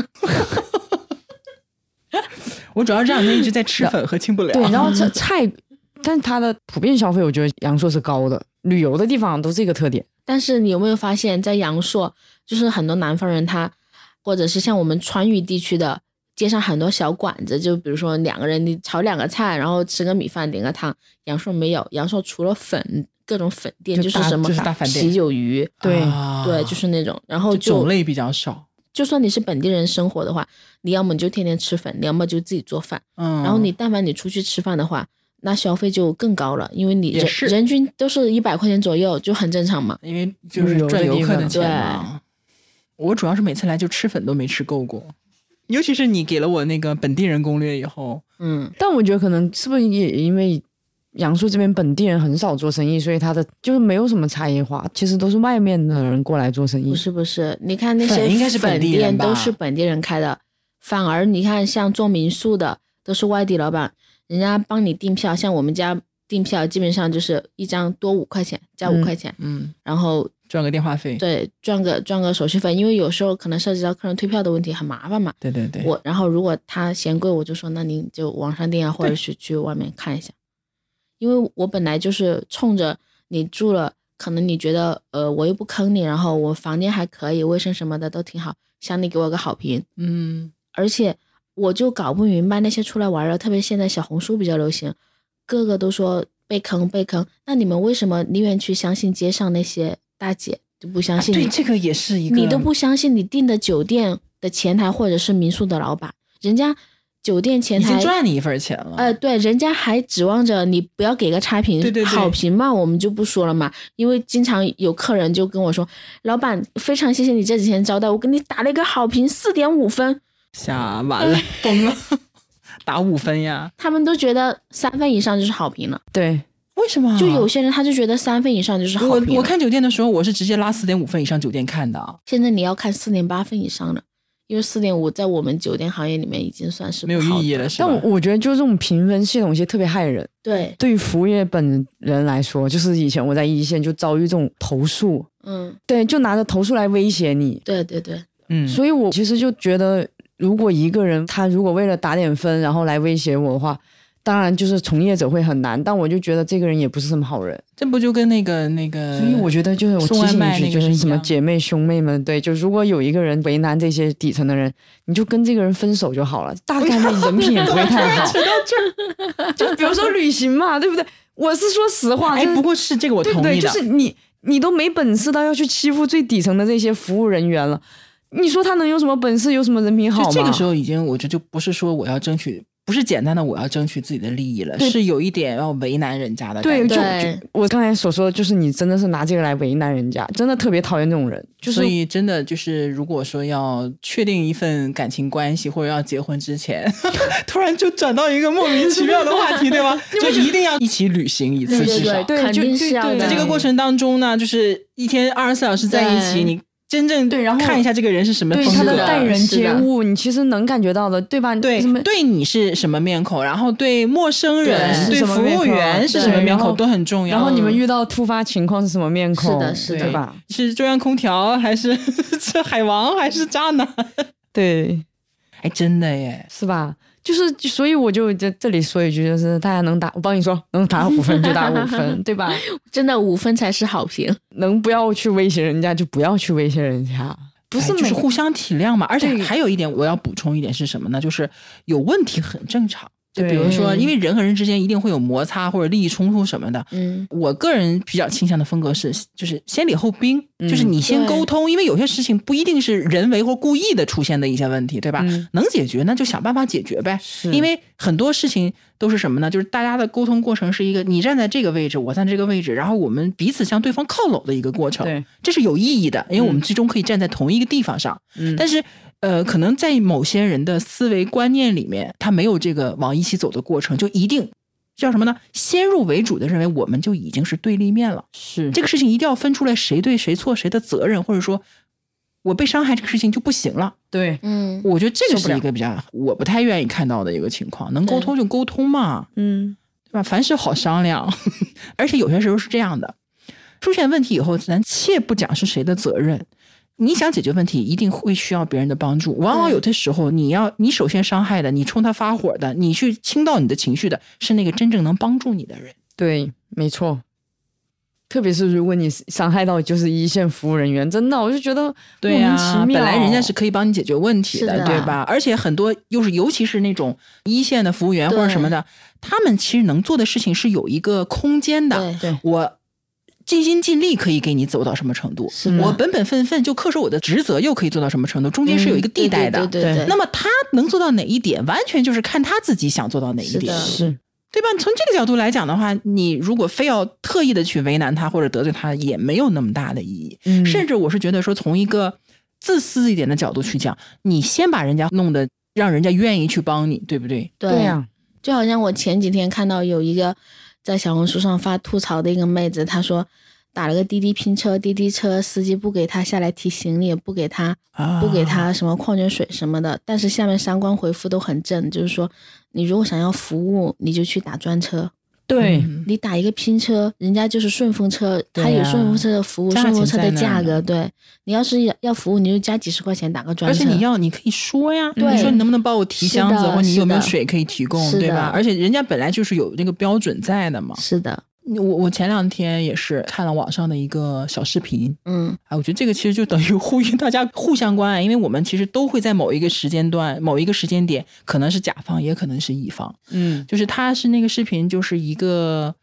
Speaker 1: 我主要这两天一直在吃粉和清补凉。
Speaker 3: 对，然后这菜，但它的普遍消费，我觉得阳朔是高的，旅游的地方都是这个特点。
Speaker 2: 但是你有没有发现，在阳朔，就是很多南方人他，或者是像我们川渝地区的街上很多小馆子，就比如说两个人你炒两个菜，然后吃个米饭点个汤。阳朔没有，阳朔除了粉各种粉店，
Speaker 1: 就大
Speaker 2: 就是什么
Speaker 1: 就是大饭店
Speaker 2: 啤酒鱼，
Speaker 3: 对
Speaker 1: 啊
Speaker 2: 对，就是那种，然后就
Speaker 1: 就种类比较少。
Speaker 2: 就算你是本地人生活的话，你要么你就天天吃粉，你要么就自己做饭。
Speaker 1: 嗯，
Speaker 2: 然后你但凡你出去吃饭的话，那消费就更高了，因为你人
Speaker 1: 也是
Speaker 2: 人均都是一百块钱左右，就很正常嘛。
Speaker 1: 因为就是
Speaker 3: 旅游的
Speaker 1: 赚游
Speaker 3: 地方
Speaker 1: 客的钱嘛。我主要是每次来就吃粉都没吃够过，尤其是你给了我那个本地人攻略以后，
Speaker 2: 嗯，
Speaker 3: 但我觉得可能是不是也因为阳朔这边本地人很少做生意，所以他的就是没有什么差异化，其实都是外面的人过来做生意。
Speaker 2: 不是不是，你看那些
Speaker 1: 粉应该是本
Speaker 2: 粉
Speaker 1: 地人吧
Speaker 2: 店都是本地人开的，反而你看像做民宿的都是外地老板，人家帮你订票，像我们家订票基本上就是一张多五块钱，加五块钱，
Speaker 1: 嗯，
Speaker 2: 然后
Speaker 1: 赚个电话费。
Speaker 2: 对赚个赚个手续费，因为有时候可能涉及到客人退票的问题，很麻烦嘛。
Speaker 1: 对对对，
Speaker 2: 我然后如果他嫌贵，我就说那您就网上订啊，或者是去外面看一下。因为我本来就是冲着你住了，可能你觉得呃我又不坑你，然后我房间还可以，卫生什么的都挺好，想你给我个好评。
Speaker 1: 嗯，
Speaker 2: 而且我就搞不明白那些出来玩的，特别现在小红书比较流行，个个都说被坑被坑，那你们为什么宁愿去相信街上那些大姐，就不相
Speaker 1: 啊对，
Speaker 2: 信你？
Speaker 1: 这个也是一个，
Speaker 2: 你都不相信你订的酒店的前台或者是民宿的老板，人家酒店前台
Speaker 1: 已经赚你一份钱了。
Speaker 2: 呃，对，人家还指望着你不要给个差评，
Speaker 1: 对对对
Speaker 2: 好评嘛，我们就不说了嘛。因为经常有客人就跟我说，老板非常谢谢你这几天招待，我给你打了一个好评，四点五分。
Speaker 1: 吓完了，疯了，打五分呀？
Speaker 2: 他们都觉得三分以上就是好评了。
Speaker 3: 对，
Speaker 1: 为什么？
Speaker 2: 就有些人他就觉得三分以上就是好评了。
Speaker 1: 我我看酒店的时候，我是直接拉四点五分以上酒店看的。
Speaker 2: 现在你要看四点八分以上的。因为四点五在我们酒店行业里面已经算是
Speaker 1: 没有意义了，是吧？
Speaker 3: 但我觉得就这种评分系统其实特别害人。
Speaker 2: 对，
Speaker 3: 对于服务业本人来说，就是以前我在一线就遭遇这种投诉，
Speaker 2: 嗯，
Speaker 3: 对，就拿着投诉来威胁你。
Speaker 2: 对对对，
Speaker 1: 嗯，
Speaker 3: 所以我其实就觉得，如果一个人他如果为了打点分，然后来威胁我的话，当然就是从业者会很难，但我就觉得这个人也不是什么好人。
Speaker 1: 这不就跟那个那个，
Speaker 3: 所以我觉得就是我提醒一句，就是什么姐妹兄妹们，对，就如果有一个人为难这些底层的人，你就跟这个人分手就好了，大概率人品也不会太好。就比如说旅行嘛，对不对？我是说实话，
Speaker 1: 哎，不过是这个我同意的，
Speaker 3: 对，就是你你都没本事到要去欺负最底层的这些服务人员了，你说他能有什么本事，有什么人品好吗？
Speaker 1: 就这个时候已经，我觉得就不是说我要争取。不是简单的我要争取自己的利益了，是有一点要为难人家的感觉。
Speaker 3: 对，就就我刚才所说的，就是你真的是拿这个来为难人家，真的特别讨厌这种人。就是、
Speaker 1: 所以真的就是，如果说要确定一份感情关系或者要结婚之前，突然就转到一个莫名其妙的话题，对吗？就一定要一起旅行一次，至少
Speaker 2: 对，肯定是要的。
Speaker 1: 在这个过程当中呢，就是一天二十四小时在一起，你。真正
Speaker 3: 对，然后
Speaker 1: 看一下这个人是什么风格，
Speaker 3: 对他的待人接物，你其实能感觉到的，对吧？
Speaker 1: 对，对你是什么面孔，然后对陌生人、对服务员是什么面孔都很重要。
Speaker 3: 然后你们遇到突发情况是什么面孔？
Speaker 2: 是的，是的，
Speaker 3: 对吧？
Speaker 1: 是中央空调还是是海王还是渣男？
Speaker 3: 对，
Speaker 1: 哎，真的耶，
Speaker 3: 是吧？就是，所以我就在这里说一句，就是大家能打，我帮你说，能打五分就打五分，对吧？
Speaker 2: 真的五分才是好评，
Speaker 3: 能不要去威胁人家就不要去威胁人家，不是、
Speaker 1: 哎、就是互相体谅嘛。而且还有一点，我要补充一点是什么呢？就是有问题很正常。就比如说，因为人和人之间一定会有摩擦或者利益冲突什么的。嗯，我个人比较倾向的风格是，就是先礼后兵，嗯、就是你先沟通，因为有些事情不一定是人为或故意的出现的一些问题，对吧？嗯、能解决那就想办法解决呗。因为很多事情都是什么呢？就是大家的沟通过程是一个你站在这个位置，我站这个位置，然后我们彼此向对方靠拢的一个过程。对，这是有意义的，因为我们最终可以站在同一个地方上。嗯，但是。呃，可能在某些人的思维观念里面，他没有这个往一起走的过程，就一定叫什么呢？先入为主的认为我们就已经是对立面了。是这个事情一定要分出来谁对谁错，谁的责任，或者说我被伤害这个事情就不行了。
Speaker 3: 对，
Speaker 1: 嗯，我觉得这个是一个比较我不太愿意看到的一个情况。能沟通就沟通嘛，嗯，对吧？凡事好商量，而且有些时候是这样的，出现问题以后，咱切不讲是谁的责任。你想解决问题，一定会需要别人的帮助。往往有的时候，你要你首先伤害的，你冲他发火的，你去倾倒你的情绪的，是那个真正能帮助你的人。
Speaker 3: 对，没错。特别是如果你伤害到就是一线服务人员，真的我就觉得莫名其妙。
Speaker 1: 对啊，本来人家是可以帮你解决问题 的,
Speaker 2: 的
Speaker 1: 对吧？而且很多又是尤其是那种一线的服务员或者什么的，他们其实能做的事情是有一个空间的。
Speaker 2: 对，对
Speaker 1: 我尽心尽力可以给你走到什么程度，我本本分分就恪守我的职责又可以做到什么程度，中间是有一个地带的。
Speaker 2: 嗯、对对 对, 对, 对。
Speaker 1: 那么他能做到哪一点，完全就是看他自己想做到哪一点。
Speaker 3: 是，
Speaker 1: 对吧？从这个角度来讲的话，你如果非要特意的去为难他或者得罪他，也没有那么大的意义。嗯、甚至我是觉得说，从一个自私一点的角度去讲，你先把人家弄得让人家愿意去帮你，对不对？
Speaker 2: 对
Speaker 3: 呀、啊，
Speaker 2: 就好像我前几天看到有一个在小红书上发吐槽的一个妹子，她说打了个滴滴拼车，滴滴车司机不给她下来提行李，不给她、啊、不给她什么矿泉水什么的，但是下面三观回复都很正，就是说你如果想要服务，你就去打专车。
Speaker 3: 对、
Speaker 2: 嗯、你打一个拼车，人家就是顺风车，它有顺风车的服务，顺风车的价格。对，你要是要服务，你就加几十块钱打个专车。
Speaker 1: 而且你要，你可以说呀，你说你能不能帮我提箱子，或你有没有水可以提供，对吧？而且人家本来就是有那个标准在的嘛。
Speaker 2: 是的。
Speaker 1: 我我前两天也是看了网上的一个小视频，嗯，啊，我觉得这个其实就等于呼吁大家互相关爱，因为我们其实都会在某一个时间段、某一个时间点，可能是甲方，也可能是乙方，嗯，就是他是那个视频，就是一个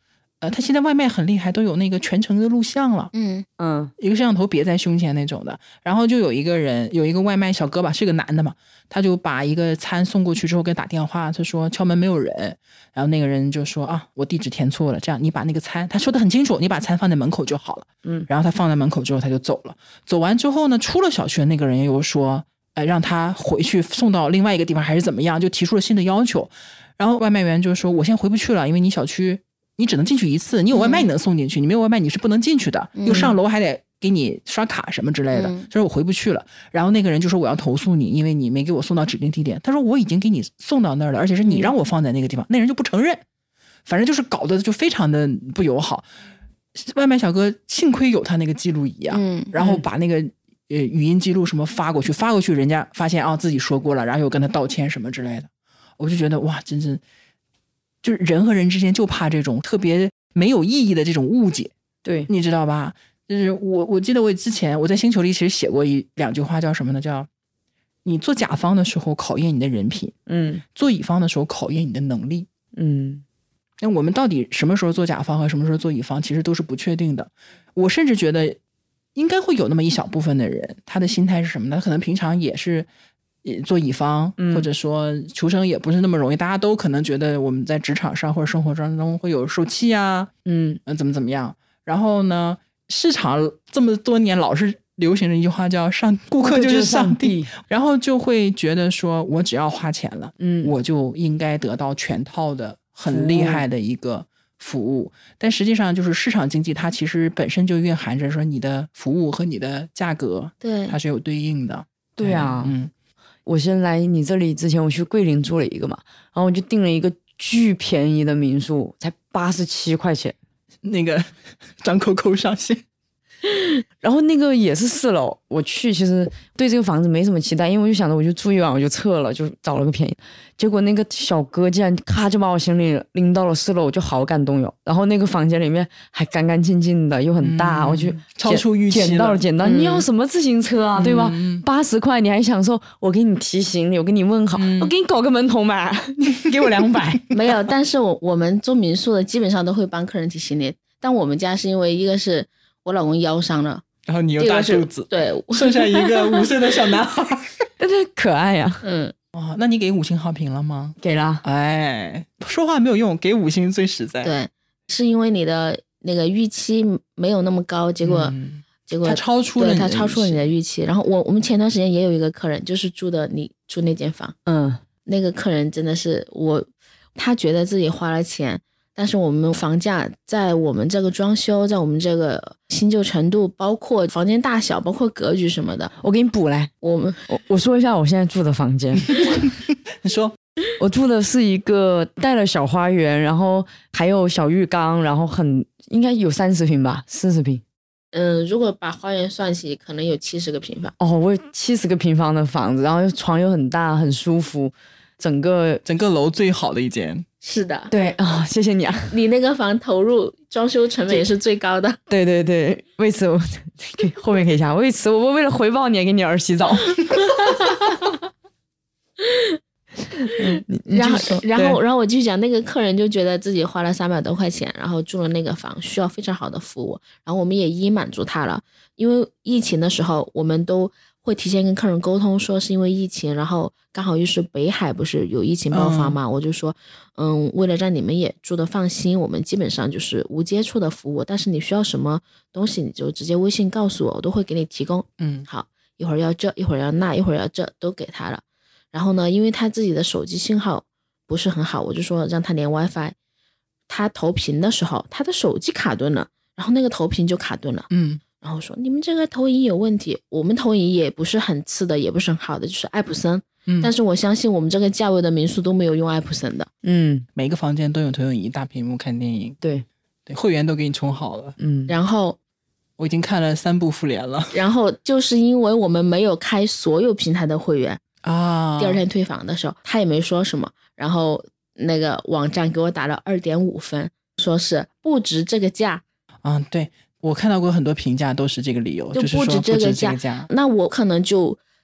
Speaker 1: 呃，他现在外卖很厉害，都有那个全程的录像了，
Speaker 2: 嗯
Speaker 3: 嗯，
Speaker 1: 一个摄像头别在胸前那种的。然后就有一个人，有一个外卖小哥吧，是个男的嘛，他就把一个餐送过去之后给他打电话，他说敲门没有人，然后那个人就说啊，我地址填错了，这样你把那个餐，他说的很清楚，你把餐放在门口就好了。
Speaker 3: 嗯，
Speaker 1: 然后他放在门口之后他就走了，走完之后呢，出了小区那个人又说，呃，让他回去送到另外一个地方还是怎么样，就提出了新的要求。然后外卖员就说，我现在回不去了，因为你小区你只能进去一次，你有外卖你能送进去，嗯、你没有外卖你是不能进去的，嗯、又上楼还得给你刷卡什么之类的，嗯、所以我回不去了。然后那个人就说我要投诉你，因为你没给我送到指定地点。他说我已经给你送到那儿了，而且是你让我放在那个地方，嗯、那人就不承认，反正就是搞得就非常的不友好。外卖小哥幸亏有他那个记录仪啊，
Speaker 2: 嗯、
Speaker 1: 然后把那个呃语音记录什么发过去，发过去人家发现啊自己说过了，然后又跟他道歉什么之类的。我就觉得哇，真是。就是人和人之间就怕这种特别没有意义的这种误解，
Speaker 3: 对，
Speaker 1: 你知道吧？就是我我记得我之前我在星球里其实写过一两句话，叫什么呢？叫你做甲方的时候考验你的人品，
Speaker 3: 嗯，
Speaker 1: 做乙方的时候考验你的能力，
Speaker 3: 嗯。
Speaker 1: 那我们到底什么时候做甲方和什么时候做乙方，其实都是不确定的。我甚至觉得应该会有那么一小部分的人，他的心态是什么呢？他可能平常也是。做乙方，或者说求生也不是那么容易，嗯、大家都可能觉得我们在职场上或者生活当中会有受气啊，
Speaker 3: 嗯，
Speaker 1: 怎么怎么样。然后呢，市场这么多年老是流行的一句话叫上顾客就是上帝，然后就会觉得说我只要花钱了，嗯，我就应该得到全套的很厉害的一个服务。但实际上就是市场经济它其实本身就蕴含着说你的服务和你的价格，
Speaker 2: 对，
Speaker 1: 它是有对应的。
Speaker 3: 对啊，
Speaker 1: 嗯。
Speaker 3: 我先来你这里之前，我去桂林住了一个嘛，然后我就订了一个巨便宜的民宿，才八十七块钱。
Speaker 1: 那个张扣扣上线，
Speaker 3: 然后那个也是四楼，我去其实对这个房子没什么期待，因为我就想着我就住一晚我就撤了，就找了个便宜。结果那个小哥竟然咔就把我行李拎到了四楼，我就好感动哟。然后那个房间里面还干干净净的，又很大，嗯、我就
Speaker 1: 超出预期了。
Speaker 3: 捡到了，捡到、嗯、你要什么自行车啊，对吧？八十块你还享受，我给你提行李，我给你问好，嗯、我给你搞个门头嘛，给我两百。
Speaker 2: 没有，但是我我们做民宿的基本上都会帮客人提行李，但我们家是因为一个是我老公腰伤了。
Speaker 1: 然后你又大肚子，
Speaker 2: 对，
Speaker 1: 剩下一个五岁的小男孩，
Speaker 3: 可爱呀、啊。
Speaker 2: 嗯，
Speaker 1: 哦，那你给五星好评了吗？
Speaker 3: 给了。
Speaker 1: 哎，说话没有用，给五星最实在。
Speaker 2: 对，是因为你的那个预期没有那么高，结果、嗯、结果
Speaker 1: 他超出了
Speaker 2: 对他超出了你的预期。然后我我们前段时间也有一个客人，就是住的你住那间房，
Speaker 3: 嗯，
Speaker 2: 那个客人真的是我，他觉得自己花了钱。但是我们房价在我们这个装修，在我们这个新旧程度，包括房间大小，包括格局什么的，
Speaker 3: 我给你补来。
Speaker 2: 我们
Speaker 3: 我我说一下我现在住的房间。
Speaker 1: 你说，
Speaker 3: 我住的是一个带了小花园，然后还有小浴缸，然后很应该有三十平吧，四十平。
Speaker 2: 嗯，如果把花园算起，可能有七十个平方。
Speaker 3: 哦，我有七十个平方的房子，然后床又很大，很舒服，整个
Speaker 1: 整个楼最好的一间。
Speaker 2: 是的，
Speaker 3: 对啊、哦，谢谢你啊！
Speaker 2: 你那个房投入装修成本也是最高的。
Speaker 3: 对对对，为此我后面可以下，为此我为了回报你，也给你儿洗澡。
Speaker 2: 嗯、然后然后然后我继续讲，那个客人就觉得自己花了三百多块钱，然后住了那个房，需要非常好的服务，然后我们也一一满足他了。因为疫情的时候，我们都会提前跟客人沟通，说是因为疫情，然后刚好又是北海不是有疫情爆发嘛，嗯、我就说，嗯，为了让你们也住得放心，我们基本上就是无接触的服务，但是你需要什么东西，你就直接微信告诉我，我都会给你提供。
Speaker 1: 嗯，
Speaker 2: 好，一会儿要这，一会儿要那，一会儿要这，都给他了。然后呢，因为他自己的手机信号不是很好，我就说让他连 WiFi。他投屏的时候，他的手机卡顿了，然后那个投屏就卡顿了。
Speaker 1: 嗯。
Speaker 2: 然后说你们这个投影有问题，我们投影也不是很次的，也不是很好的，就是艾普森。嗯，但是我相信我们这个价位的民宿都没有用艾普森的。
Speaker 3: 嗯，
Speaker 1: 每个房间都有投影仪，大屏幕看电影。
Speaker 3: 对
Speaker 1: 对，会员都给你充好了。
Speaker 3: 嗯，
Speaker 2: 然后
Speaker 1: 我已经看了三部复联了。
Speaker 2: 然后就是因为我们没有开所有平台的会员
Speaker 1: 啊，
Speaker 2: 第二天退房的时候他也没说什么，然后那个网站给我打了 二点五 分，说是不值这个价。
Speaker 1: 啊，对。我看到过很多评价都是这个理由，
Speaker 2: 就不值这个价，
Speaker 1: 就是说不值这个价。
Speaker 2: 那我可能就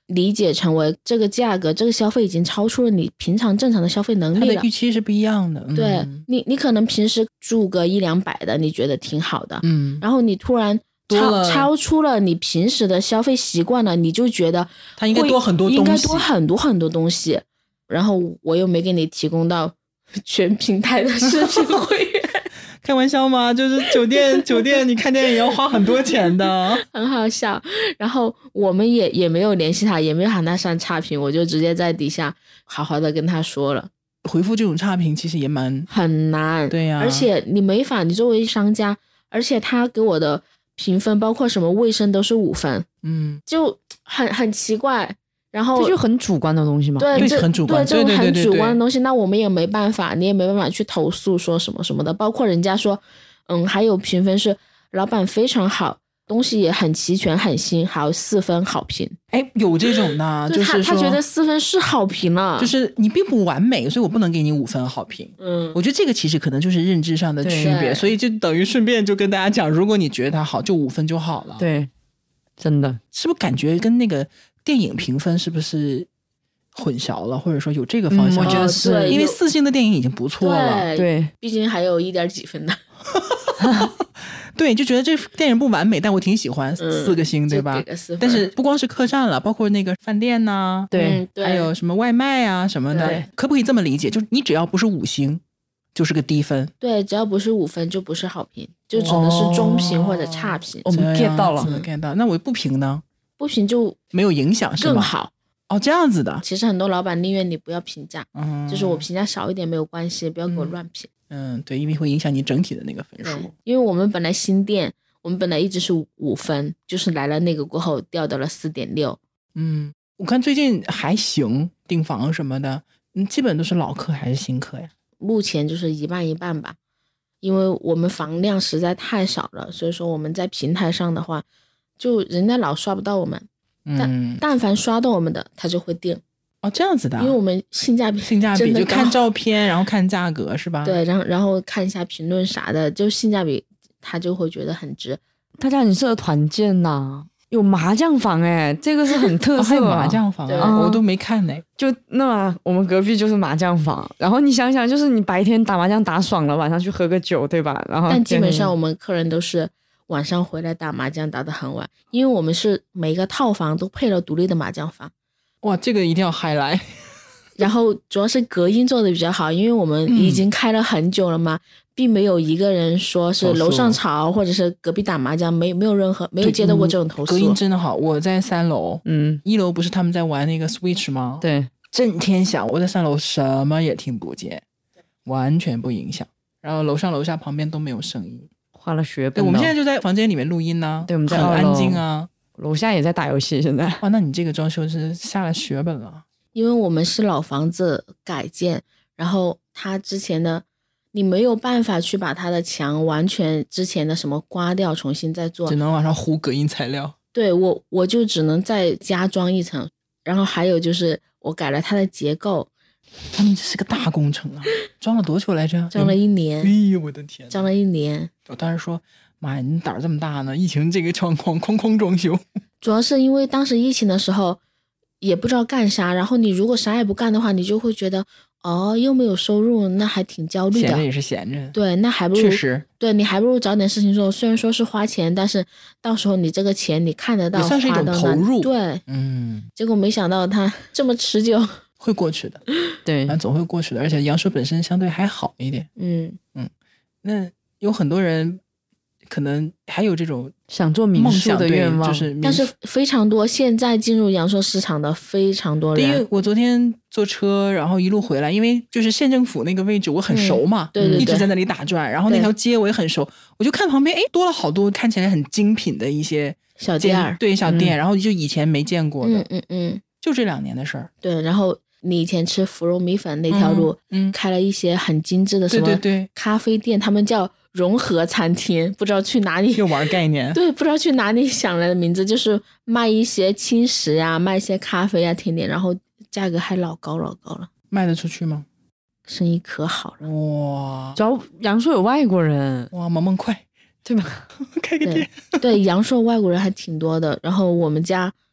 Speaker 2: 理解成为这个价格，这个消费已经超出了你平常正常的消费能力了。
Speaker 1: 它的预期是不一样的。嗯、
Speaker 2: 对你，你可能平时住个一两百的，你觉得挺好的，
Speaker 1: 嗯，
Speaker 2: 然后你突然超超出了你平时的消费习惯了，你就觉得
Speaker 1: 它应该多很多东西，
Speaker 2: 应该多很多很多东西。然后我又没给你提供到全平台的视频会员。
Speaker 1: 开玩笑吗？就是酒店酒店你看电影要花很多钱的。
Speaker 2: 很好笑。然后我们也也没有联系他，也没有喊他上差评，我就直接在底下好好的跟他说了。
Speaker 1: 回复这种差评其实也蛮
Speaker 2: 很难。
Speaker 1: 对呀、啊，
Speaker 2: 而且你没法，你作为商家，而且他给我的评分包括什么卫生都是五分，
Speaker 1: 嗯，
Speaker 2: 就很很奇怪。然后
Speaker 3: 这就很主观的东西嘛。
Speaker 2: 对，这
Speaker 1: 很主观，
Speaker 2: 对，这种很主观的东西，那我们也没办法，你也没办法去投诉说什么什么的。包括人家说，嗯，还有评分是老板非常好，东西也很齐全很新，还有四分好评。
Speaker 1: 哎，有这种的，就是
Speaker 2: 他他觉得四分是好评了，
Speaker 1: 就是你并不完美，所以我不能给你五分好评。
Speaker 2: 嗯，
Speaker 1: 我觉得这个其实可能就是认知上的区别，所以就等于顺便就跟大家讲，如果你觉得它好，就五分就好了。
Speaker 3: 对，真的，
Speaker 1: 是不是感觉跟那个电影评分是不是混淆了，或者说有这个方向？
Speaker 3: 嗯、我觉得是、
Speaker 2: 哦、
Speaker 1: 因为四星的电影已经不错了，
Speaker 2: 对，毕竟还有一点几分的。
Speaker 1: 对，就觉得这电影不完美，但我挺喜欢，
Speaker 2: 嗯、
Speaker 1: 四个星，对吧？但是不光是客栈了，包括那个饭店呐、
Speaker 3: 啊，对、
Speaker 2: 嗯，
Speaker 1: 还有什么外卖啊什么的，可不可以这么理解？就是你只要不是五星，就是个低分。
Speaker 2: 对，只要不是五分就不是好评，就只能是中评或者差评。
Speaker 3: 我们 get 到了
Speaker 1: ，get 到。那我不评呢？
Speaker 2: 不评就
Speaker 1: 没有影响，是吗？
Speaker 2: 更好。
Speaker 1: 哦，这样子的。
Speaker 2: 其实很多老板宁愿你不要评价，
Speaker 1: 嗯，
Speaker 2: 就是我评价少一点没有关系，不要给我乱评。
Speaker 1: 嗯，对，因为会影响你整体的那个分数。
Speaker 2: 因为我们本来新店，我们本来一直是五分，就是来了那个过后掉到了四点六。
Speaker 1: 嗯，我看最近还行，订房什么的，嗯，基本都是老客还是新客呀？
Speaker 2: 目前就是一半一半吧，因为我们房量实在太少了，所以说我们在平台上的话，就人家老刷不到我们。但、嗯、但凡刷到我们的他就会订。
Speaker 1: 哦，这样子的。
Speaker 2: 因为我们性价比
Speaker 1: 性价比就看照片然后看价格是吧？
Speaker 2: 对，然后然后看一下评论啥的，就性价比他就会觉得很值。
Speaker 3: 大家很适合团建呐，有麻将房哎，这个是很特色、啊哦、
Speaker 1: 还有麻将房啊、嗯、我都没看呢。
Speaker 3: 就那我们隔壁就是麻将房，然后你想想，就是你白天打麻将打爽了，晚上去喝个酒对吧？然后
Speaker 2: 但基本上我们客人都是晚上回来打麻将打得很晚，因为我们是每个套房都配了独立的麻将房。
Speaker 1: 哇，这个一定要highlight。
Speaker 2: 然后主要是隔音做的比较好，因为我们已经开了很久了嘛、嗯、并没有一个人说是楼上吵或者是隔壁打麻将，没没有任何没有接到过这种投诉。
Speaker 1: 隔音真的好，我在三楼，
Speaker 3: 嗯，
Speaker 1: 一楼不是他们在玩那个 Switch 吗？
Speaker 3: 对，
Speaker 1: 震天响，我在三楼什么也听不见，完全不影响。然后楼上楼下旁边都没有声音。
Speaker 3: 花了血本。
Speaker 1: 对，我们现在就在房间里面录音呢、啊，
Speaker 3: 对，我们在
Speaker 1: 很安静啊。
Speaker 3: 楼下也在打游戏，现在。
Speaker 1: 哇，那你这个装修是下了血本了。
Speaker 2: 因为我们是老房子改建，然后它之前的你没有办法去把它的墙完全之前的什么刮掉重新再做，
Speaker 1: 只能往上糊隔音材料。
Speaker 2: 对，我我就只能再加装一层，然后还有就是我改了它的结构。
Speaker 1: 他们这是个大工程啊，装了多久来着？
Speaker 2: 装了一年。
Speaker 1: 哎呦我的天，
Speaker 2: 装了一年。
Speaker 1: 我当时说妈呀，你胆儿这么大呢，疫情这个状况哐哐装修。
Speaker 2: 主要是因为当时疫情的时候也不知道干啥，然后你如果啥也不干的话，你就会觉得哦又没有收入，那还挺焦虑的。
Speaker 1: 闲着也是闲着。
Speaker 2: 对，那还不如
Speaker 1: 确实，
Speaker 2: 对，你还不如找点事情做。虽然说是花钱，但是到时候你这个钱你看得到，
Speaker 1: 也算是一种投入。
Speaker 2: 对，
Speaker 1: 嗯。
Speaker 2: 结果没想到它这么持久。
Speaker 1: 会过去的，
Speaker 3: 对，
Speaker 1: 反正总会过去的。而且阳朔本身相对还好一点。
Speaker 2: 嗯
Speaker 1: 嗯，那有很多人可能还有这种
Speaker 3: 想做民宿的愿望，
Speaker 1: 就是
Speaker 2: 但是非常多。现在进入阳朔市场的非常多人。
Speaker 1: 因为我昨天坐车，然后一路回来，因为就是县政府那个位置我很熟嘛，
Speaker 2: 嗯、对, 对, 对，
Speaker 1: 一直在那里打转，然后那条街我也很熟，我就看旁边哎多了好多看起来很精品的一些
Speaker 2: 小店，
Speaker 1: 对小店、
Speaker 3: 嗯，
Speaker 1: 然后就以前没见过的，
Speaker 2: 嗯嗯嗯，
Speaker 1: 就这两年的事儿。
Speaker 2: 对，然后。你以前吃芙蓉米粉那条路、
Speaker 1: 嗯嗯、
Speaker 2: 开了一些很精致的什么咖啡店，他们叫融合餐厅，不知道去哪里
Speaker 1: 又玩概念。
Speaker 2: 对，不知道去哪里想来的名字，就是卖一些轻食呀，卖一些咖啡呀甜点，然后价格还老高老高了。
Speaker 1: 卖得出去吗？
Speaker 2: 生意可好了。
Speaker 1: 哇，
Speaker 3: 主要阳朔有外国人。
Speaker 1: 哇，萌萌快对吧？开个店。
Speaker 2: 对，对，阳朔外国人还挺多的。然后我们家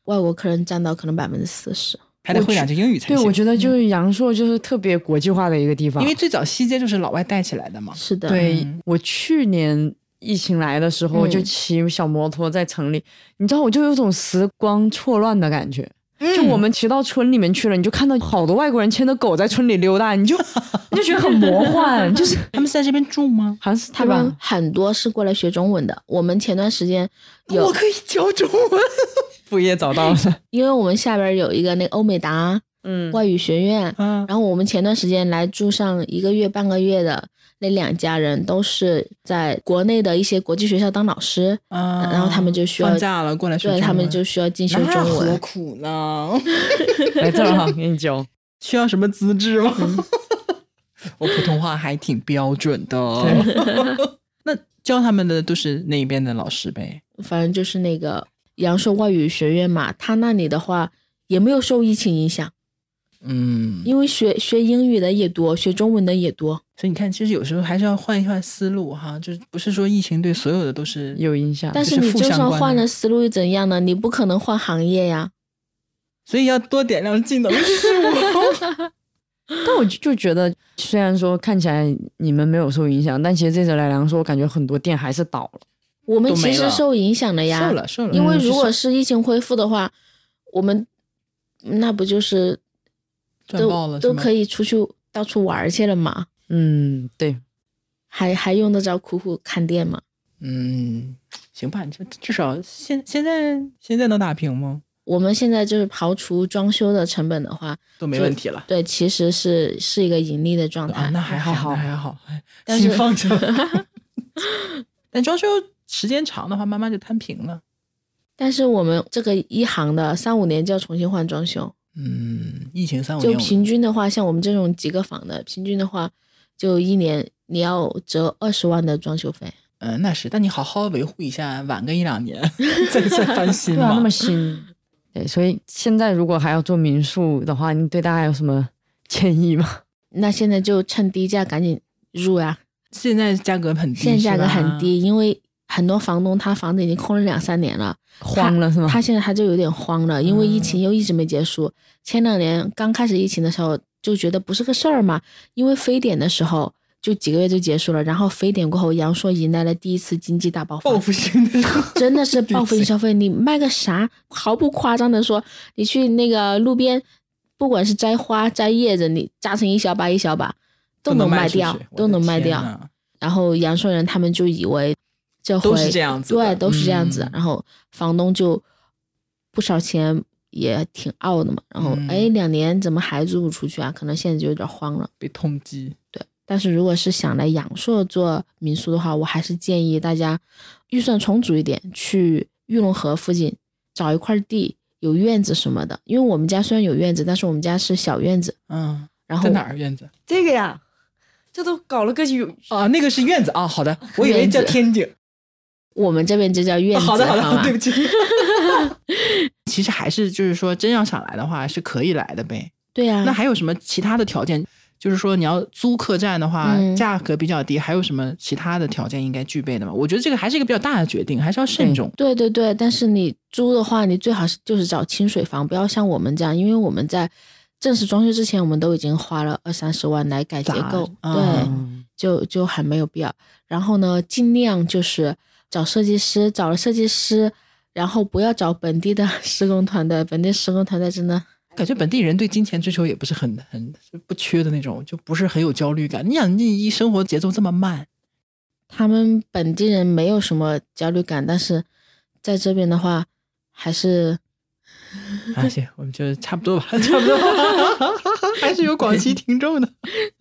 Speaker 2: 外国客人占到可能百分之四十。
Speaker 1: 还得会两句英语才行。
Speaker 3: 对，我觉得就是阳朔就是特别国际化的一个地方，
Speaker 1: 因为最早西街就是老外带起来的嘛。
Speaker 2: 是的，
Speaker 3: 对、
Speaker 1: 嗯、
Speaker 3: 我去年疫情来的时候、嗯、就骑小摩托在城里，你知道我就有种时光错乱的感觉、嗯、就我们骑到村里面去了，你就看到好多外国人牵着狗在村里溜达，你就你就觉得很魔幻。就是
Speaker 1: 他们是在这边住吗？
Speaker 3: 好像是
Speaker 2: 他们很多是过来学中文的。我们前段时间有
Speaker 1: 我可以教中文
Speaker 3: 副业找到了，
Speaker 2: 因为我们下边有一个那个欧美达嗯外语学院、嗯、然后我们前段时间来住上一个月半个月的那两家人都是在国内的一些国际学校当老师、啊、然后他们就需要
Speaker 1: 放假了过来学中文，
Speaker 2: 对，他们就需要进修中文。
Speaker 1: 那何苦呢
Speaker 3: 来这儿哈，给你教。
Speaker 1: 需要什么资质吗、嗯、我普通话还挺标准的那教他们的都是那边的老师呗？
Speaker 2: 反正就是那个阳朔外语学院嘛，他那里的话也没有受疫情影响。
Speaker 1: 嗯，
Speaker 2: 因为学学英语的也多，学中文的也多，
Speaker 1: 所以你看其实有时候还是要换一换思路哈，就是不是说疫情对所有的都是
Speaker 3: 有影响，
Speaker 2: 但是你就算换了思路又怎样呢？你不可能换行业呀，
Speaker 1: 所以要多点亮技能树
Speaker 3: 但我就觉得虽然说看起来你们没有受影响，但其实这次来阳朔我感觉很多店还是倒了。
Speaker 2: 我们其实受影响了呀，
Speaker 1: 受了受了，
Speaker 2: 因为如果是疫情恢复的话、嗯、我们那不就是
Speaker 1: 赚爆了，
Speaker 2: 都都可以出去到处玩去了嘛。
Speaker 3: 嗯，对，
Speaker 2: 还还用得着苦苦看店吗？
Speaker 1: 嗯，行吧，就至少现现在现在能打平吗？
Speaker 2: 我们现在就是刨除装修的成本的话
Speaker 1: 都没问题了。
Speaker 2: 对，其实是是一个盈利的状态、
Speaker 1: 啊、那还好那还好，
Speaker 2: 但是
Speaker 1: 放下了但装修时间长的话慢慢就摊平了。
Speaker 2: 但是我们这个一行的三五年就要重新换装修。
Speaker 1: 嗯，疫情三五年
Speaker 2: 就平均的话，像我们这种几个房的平均的话就一年你要折二十万的装修费。
Speaker 1: 嗯，那是，但你好好维护一下，晚个一两年再再翻新嘛。
Speaker 3: 对啊，那么新。对，所以现在如果还要做民宿的话，你对大家有什么建议吗？
Speaker 2: 那现在就趁低价赶紧入呀。
Speaker 1: 现在价格很低，
Speaker 2: 现在价格很低，因为很多房东他房子已经空了两三年了，
Speaker 3: 慌了是吗？
Speaker 2: 他现在他就有点慌了，因为疫情又一直没结束、嗯、前两年刚开始疫情的时候就觉得不是个事儿嘛，因为非典的时候就几个月就结束了，然后非典过后阳朔迎来了第一次经济大爆发，
Speaker 1: 报复性的
Speaker 2: 真的是报复性消费。你卖个啥，毫不夸张的说，你去那个路边不管是摘花摘叶子，你扎成一小把一小把都能卖掉，都能卖掉。然后阳朔人他们就以为这回
Speaker 1: 都是这样子的，
Speaker 2: 对，都是这样子、嗯、然后房东就不少钱也挺傲的嘛，然后哎、嗯，两年怎么还租不出去啊？可能现在就有点慌了，
Speaker 1: 被通缉。
Speaker 2: 对，但是如果是想来阳朔做民宿的话，我还是建议大家预算充足一点，去玉龙河附近找一块地，有院子什么的。因为我们家虽然有院子，但是我们家是小院子。
Speaker 1: 嗯，
Speaker 2: 然后
Speaker 1: 在哪儿院子？
Speaker 3: 这个呀，这都搞了个有
Speaker 1: 啊，那个是院子啊。好的，我以为叫天井。
Speaker 2: 我们这边就叫院子。
Speaker 1: 好的，好的，好对不起。其实还是就是说，真要想来的话，是可以来的呗。
Speaker 2: 对啊。
Speaker 1: 那还有什么其他的条件？就是说，你要租客栈的话，
Speaker 2: 嗯、
Speaker 1: 价格比较低，还有什么其他的条件应该具备的吗？我觉得这个还是一个比较大的决定，还是要慎重。
Speaker 2: 对对对，但是你租的话，你最好是就是找清水房，不要像我们这样，因为我们在正式装修之前，我们都已经花了二三十万来改结构，对，
Speaker 1: 嗯、
Speaker 2: 就就很没有必要。然后呢，尽量就是找设计师，找了设计师，然后不要找本地的施工团队，本地施工团队真的。
Speaker 1: 感觉本地人对金钱追求也不是很很不缺的那种，就不是很有焦虑感。你想，你一生活节奏这么慢，
Speaker 2: 他们本地人没有什么焦虑感，但是在这边的话，还是
Speaker 1: 啊，行，我们就差不多吧，差不多，还是有广西听众的。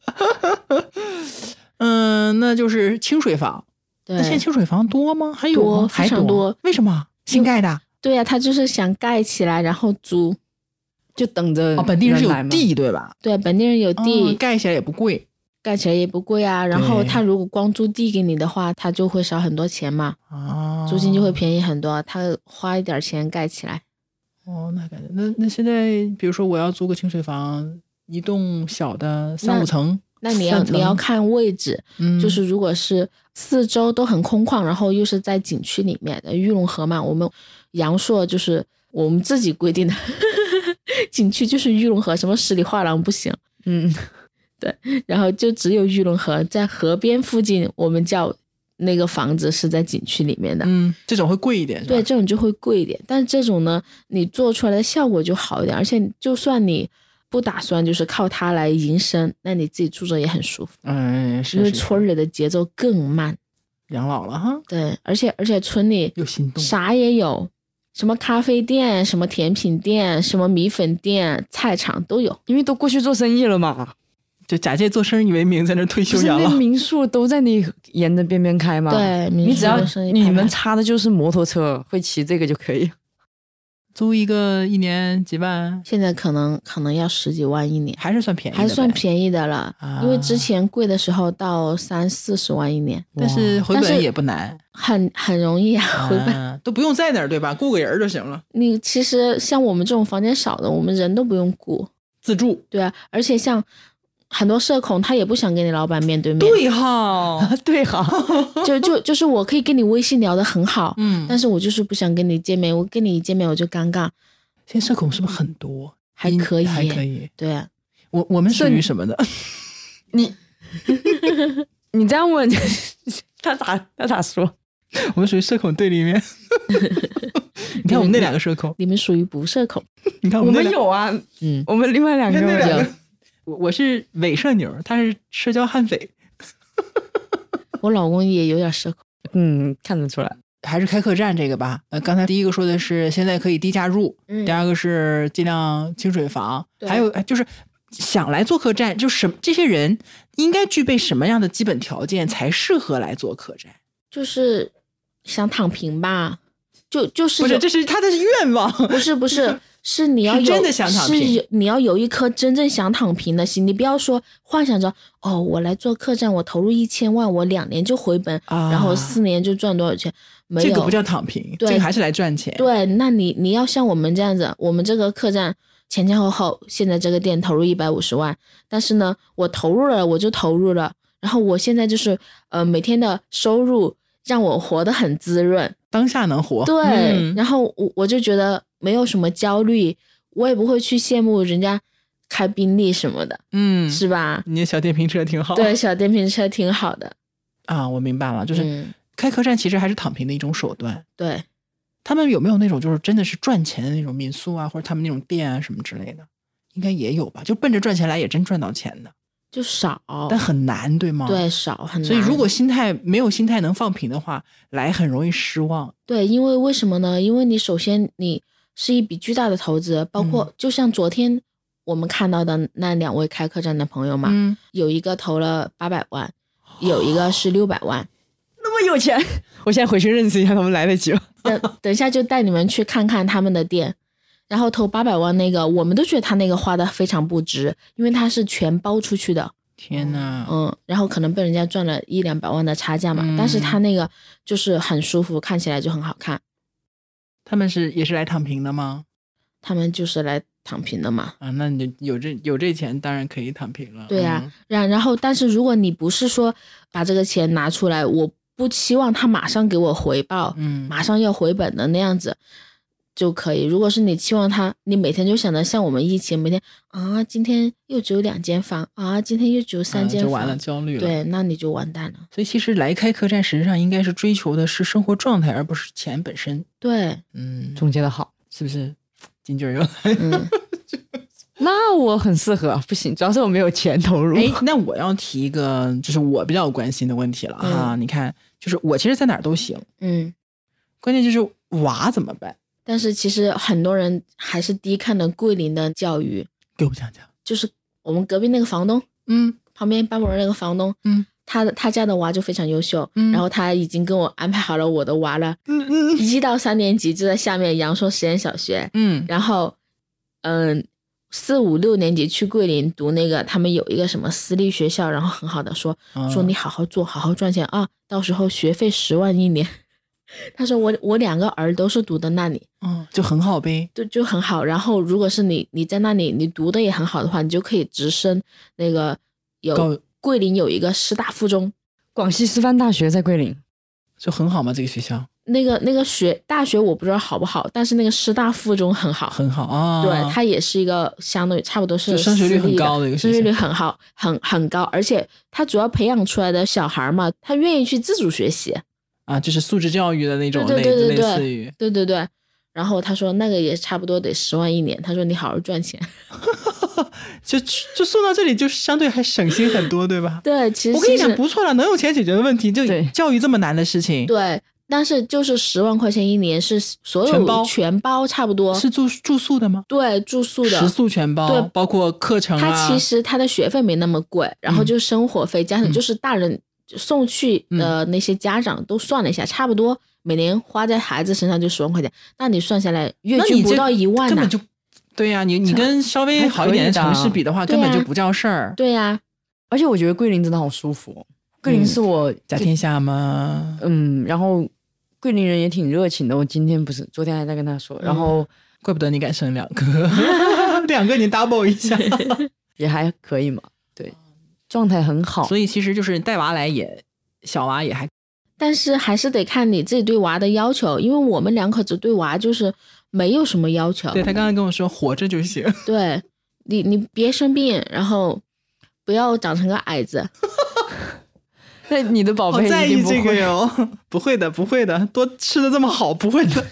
Speaker 1: 嗯，那就是清水房。
Speaker 2: 对，
Speaker 1: 那现在清水房多吗？还有吗？
Speaker 2: 多，非常
Speaker 1: 多。为什么？新盖的？
Speaker 2: 对呀、啊，他就是想盖起来，然后租。
Speaker 3: 就等着、
Speaker 1: 哦、本地人是有地对吧？
Speaker 2: 对，本地人有地、
Speaker 1: 哦、盖起来也不贵，
Speaker 2: 盖起来也不贵啊。然后他如果光租地给你的话，他就会少很多钱嘛，
Speaker 1: 哦，
Speaker 2: 租金就会便宜很多。他花一点钱盖起来。
Speaker 1: 哦，那感觉那那现在比如说我要租个清水房，一栋小的三五层，
Speaker 2: 那你要你要看位置、嗯，就是如果是四周都很空旷，然后又是在景区里面的玉龙河嘛，我们阳朔就是我们自己规定的景区就是玉龙河，什么十里画廊不行。
Speaker 3: 嗯，
Speaker 2: 对，然后就只有玉龙河在河边附近，我们叫那个房子是在景区里面的。
Speaker 1: 嗯，这种会贵一点是吧？
Speaker 2: 对，这种就会贵一点，但是这种呢，你做出来的效果就好一点，而且就算你不打算就是靠它来营生，那你自己住着也很舒服。
Speaker 1: 嗯，是
Speaker 2: 因为
Speaker 1: 是
Speaker 2: 村里的节奏更慢。
Speaker 1: 养老了哈。
Speaker 2: 对，而且而且村里
Speaker 1: 有心动，
Speaker 2: 啥也有，什么咖啡店、什么甜品店、什么米粉店、菜场都有。
Speaker 3: 因为都过去做生意了嘛，
Speaker 1: 就假借做生意为名在那退休养老。
Speaker 3: 不是那民宿都在你沿着边边开嘛。
Speaker 2: 对，
Speaker 3: 你只要你们
Speaker 2: 们
Speaker 3: 差的就是摩托车，会骑这个就可以。
Speaker 1: 租一个一年几万，
Speaker 2: 现在可能可能要十几万一年，
Speaker 1: 还是算便宜的呗，
Speaker 2: 还算便宜的了。
Speaker 1: 啊
Speaker 2: 因为之前贵的时候到三四十万一年，
Speaker 1: 但是回本也不难，
Speaker 2: 很很容易啊，回本。
Speaker 1: 啊都不用在那儿对吧？雇个人就行了，
Speaker 2: 你其实像我们这种房间少的，我们人都不用雇，
Speaker 1: 自助。
Speaker 2: 对啊，而且像很多社恐，他也不想跟你老板面对面。
Speaker 1: 对哈，
Speaker 3: 对哈，
Speaker 2: 就就就是我可以跟你微信聊得很好，
Speaker 1: 嗯，
Speaker 2: 但是我就是不想跟你见面，我跟你一见面我就尴尬。
Speaker 1: 现在社恐是不是很多？
Speaker 2: 还可以，
Speaker 1: 还可以。
Speaker 2: 对啊，
Speaker 1: 我我们属于什么的？
Speaker 3: 你你这样问他咋他咋说？
Speaker 1: 我们属于社恐对立面。你看我们那两个社恐，
Speaker 2: 你们属于不社恐。
Speaker 1: 你看
Speaker 3: 我
Speaker 1: 们那两
Speaker 3: 们有啊，
Speaker 2: 嗯，
Speaker 3: 我们另外两个
Speaker 1: 你看那两
Speaker 3: 有
Speaker 1: 个，我我是伪社牛，他是社交悍匪。
Speaker 2: 我老公也有点社恐。
Speaker 3: 嗯，看得出来。
Speaker 1: 还是开客栈这个吧。呃，刚才第一个说的是现在可以低价入，
Speaker 2: 嗯
Speaker 1: 第二个是尽量清水房，
Speaker 2: 对
Speaker 1: 还有就是想来做客栈，就什这些人应该具备什么样的基本条件才适合来做客栈？
Speaker 2: 就是想躺平吧，就就是
Speaker 1: 不是，
Speaker 2: 有
Speaker 1: 这是他的愿望。
Speaker 2: 不是不是，是你要有
Speaker 1: 是真的想躺平
Speaker 2: 是有你要有一颗真正想躺平的心，你不要说幻想着哦，我来做客栈，我投入一千万，我两年就回本，
Speaker 1: 啊
Speaker 2: 然后四年就赚多少钱？没有，
Speaker 1: 这个不叫躺平，
Speaker 2: 对
Speaker 1: 这个还是来赚钱。
Speaker 2: 对，那你你要像我们这样子，我们这个客栈前前后后，现在这个店投入一百五十万，但是呢，我投入了我就投入了，然后我现在就是呃每天的收入让我活得很滋润，
Speaker 1: 当下能活。
Speaker 2: 对，
Speaker 1: 嗯
Speaker 2: 然后我我就觉得没有什么焦虑，我也不会去羡慕人家开宾利什么的，
Speaker 1: 嗯，
Speaker 2: 是吧？
Speaker 1: 你的小电瓶车挺好。
Speaker 2: 对，小电瓶车挺好的，
Speaker 1: 啊，我明白了，就是
Speaker 2: 嗯
Speaker 1: 开客栈其实还是躺平的一种手段。
Speaker 2: 对。
Speaker 1: 他们有没有那种就是真的是赚钱的那种民宿啊，或者他们那种店啊什么之类的？应该也有吧，就奔着赚钱来，也真赚到钱的，
Speaker 2: 就少，
Speaker 1: 但很难，对吗？
Speaker 2: 对，少很难。
Speaker 1: 所以如果心态没有心态能放平的话，来很容易失望。
Speaker 2: 对，因为为什么呢？因为你首先你是一笔巨大的投资，包括就像昨天我们看到的那两位开客栈的朋友嘛，
Speaker 1: 嗯，
Speaker 2: 有一个投了八百万，有一个是六百万。
Speaker 3: 那么有钱，我现在回去认识一下他们来得及吗？
Speaker 2: 等等一下就带你们去看看他们的店，然后投八百万那个，我们都觉得他那个花的非常不值，因为他是全包出去的，
Speaker 1: 天哪，
Speaker 2: 嗯，然后可能被人家赚了一两百万的差价嘛，
Speaker 1: 嗯
Speaker 2: 但是他那个就是很舒服，看起来就很好看，
Speaker 1: 他们是也是来躺平的吗？
Speaker 2: 他们就是来躺平的嘛。
Speaker 1: 啊，那你就有这有这钱，当然可以躺平了。
Speaker 2: 对呀、
Speaker 1: 嗯
Speaker 2: 然然后，但是如果你不是说把这个钱拿出来，我不期望他马上给我回报，
Speaker 1: 嗯，
Speaker 2: 马上要回本的那样子就可以。如果是你期望他，你每天就想着像我们疫情每天啊，今天又只有两间房啊，今天又只有三间房，
Speaker 1: 啊就完了，焦虑了。，
Speaker 2: 对，那你就完蛋了。
Speaker 1: 所以其实来开客栈，实际上应该是追求的是生活状态，而不是钱本身。
Speaker 2: 对，
Speaker 1: 嗯，
Speaker 3: 总结的好，
Speaker 1: 是不是？金句儿又来。
Speaker 2: 嗯，
Speaker 3: 那我很适合，不行，主要是我没有钱投入。
Speaker 1: 哎，那我要提一个，就是我比较关心的问题了哈。
Speaker 2: 嗯
Speaker 1: 你看，就是我其实在哪儿都行，
Speaker 2: 嗯，
Speaker 1: 关键就是娃怎么办？
Speaker 2: 但是其实很多人还是低看的桂林的教育，
Speaker 1: 给我讲讲。
Speaker 2: 就是我们隔壁那个房东，
Speaker 1: 嗯
Speaker 2: 旁边班主任那个房东，
Speaker 1: 嗯
Speaker 2: 他的他家的娃就非常优秀，
Speaker 1: 嗯
Speaker 2: 然后他已经跟我安排好了我的娃了，
Speaker 1: 嗯嗯
Speaker 2: 一到三年级就在下面阳朔实验小学，
Speaker 1: 嗯
Speaker 2: 然后嗯四五六年级去桂林读那个他们有一个什么私立学校，然后很好的说、
Speaker 1: 嗯
Speaker 2: 说你好好做，好好赚钱啊，到时候学费十万一年。他说我我两个儿都是读的那里，
Speaker 1: 嗯，就很好呗。
Speaker 2: 就就很好。然后如果是你你在那里你读的也很好的话，你就可以直升那个
Speaker 1: 高
Speaker 2: 有桂林有一个师大附中，
Speaker 3: 广西师范大学在桂林，
Speaker 1: 就很好嘛，这个学校。
Speaker 2: 那个那个学大学我不知道好不好，但是那个师大附中很好，
Speaker 1: 很好啊。
Speaker 2: 对，它也是一个相对差不多是
Speaker 1: 升学率很高的一个学校，
Speaker 2: 升学率很好，很很高，而且它主要培养出来的小孩嘛，他愿意去自主学习
Speaker 1: 啊，就是素质教育的那种，
Speaker 2: 对对对对对
Speaker 1: 类似于，
Speaker 2: 对对对。然后他说那个也差不多得十万一年，他说你好好赚钱，
Speaker 1: 就就送到这里就相对还省心很多，对吧？
Speaker 2: 对，其实
Speaker 1: 我跟你讲不错了，能有钱解决的问题，就教育这么难的事情，
Speaker 2: 对。但是就是十万块钱一年是所有
Speaker 1: 全包
Speaker 2: 全包差不多
Speaker 1: 是住住宿的吗？
Speaker 2: 对，住宿的
Speaker 1: 食宿全包，
Speaker 2: 对，
Speaker 1: 包括课程啊。
Speaker 2: 他其实他的学费没那么贵，然后就生活费、嗯、加上就是大人送去的那些家长都算了一下、嗯、差不多每年花在孩子身上就十万块钱，那你算下来月均不到一万、啊、
Speaker 1: 根本就对呀、啊，你你跟稍微好一点的城市比的话，根本就不叫事儿。
Speaker 2: 对呀、啊，
Speaker 3: 而且我觉得桂林真的好舒服，桂林是我、
Speaker 1: 嗯、家天下吗？
Speaker 3: 嗯，然后桂林人也挺热情的，我今天不是昨天还在跟他说，然后、嗯、
Speaker 1: 怪不得你敢生两个，两个你 double 一下
Speaker 3: 也还可以嘛，对，状态很好。
Speaker 1: 所以其实就是带娃来也小娃也还，
Speaker 2: 但是还是得看你自己对娃的要求，因为我们两口子对娃就是没有什么要求。
Speaker 1: 对，他刚刚跟我说活着就行，
Speaker 2: 对你你别生病，然后不要长成个矮子。
Speaker 3: 那你的宝贝
Speaker 1: 好在意这个哟，不会的，不会的，多吃的这么好，不会的。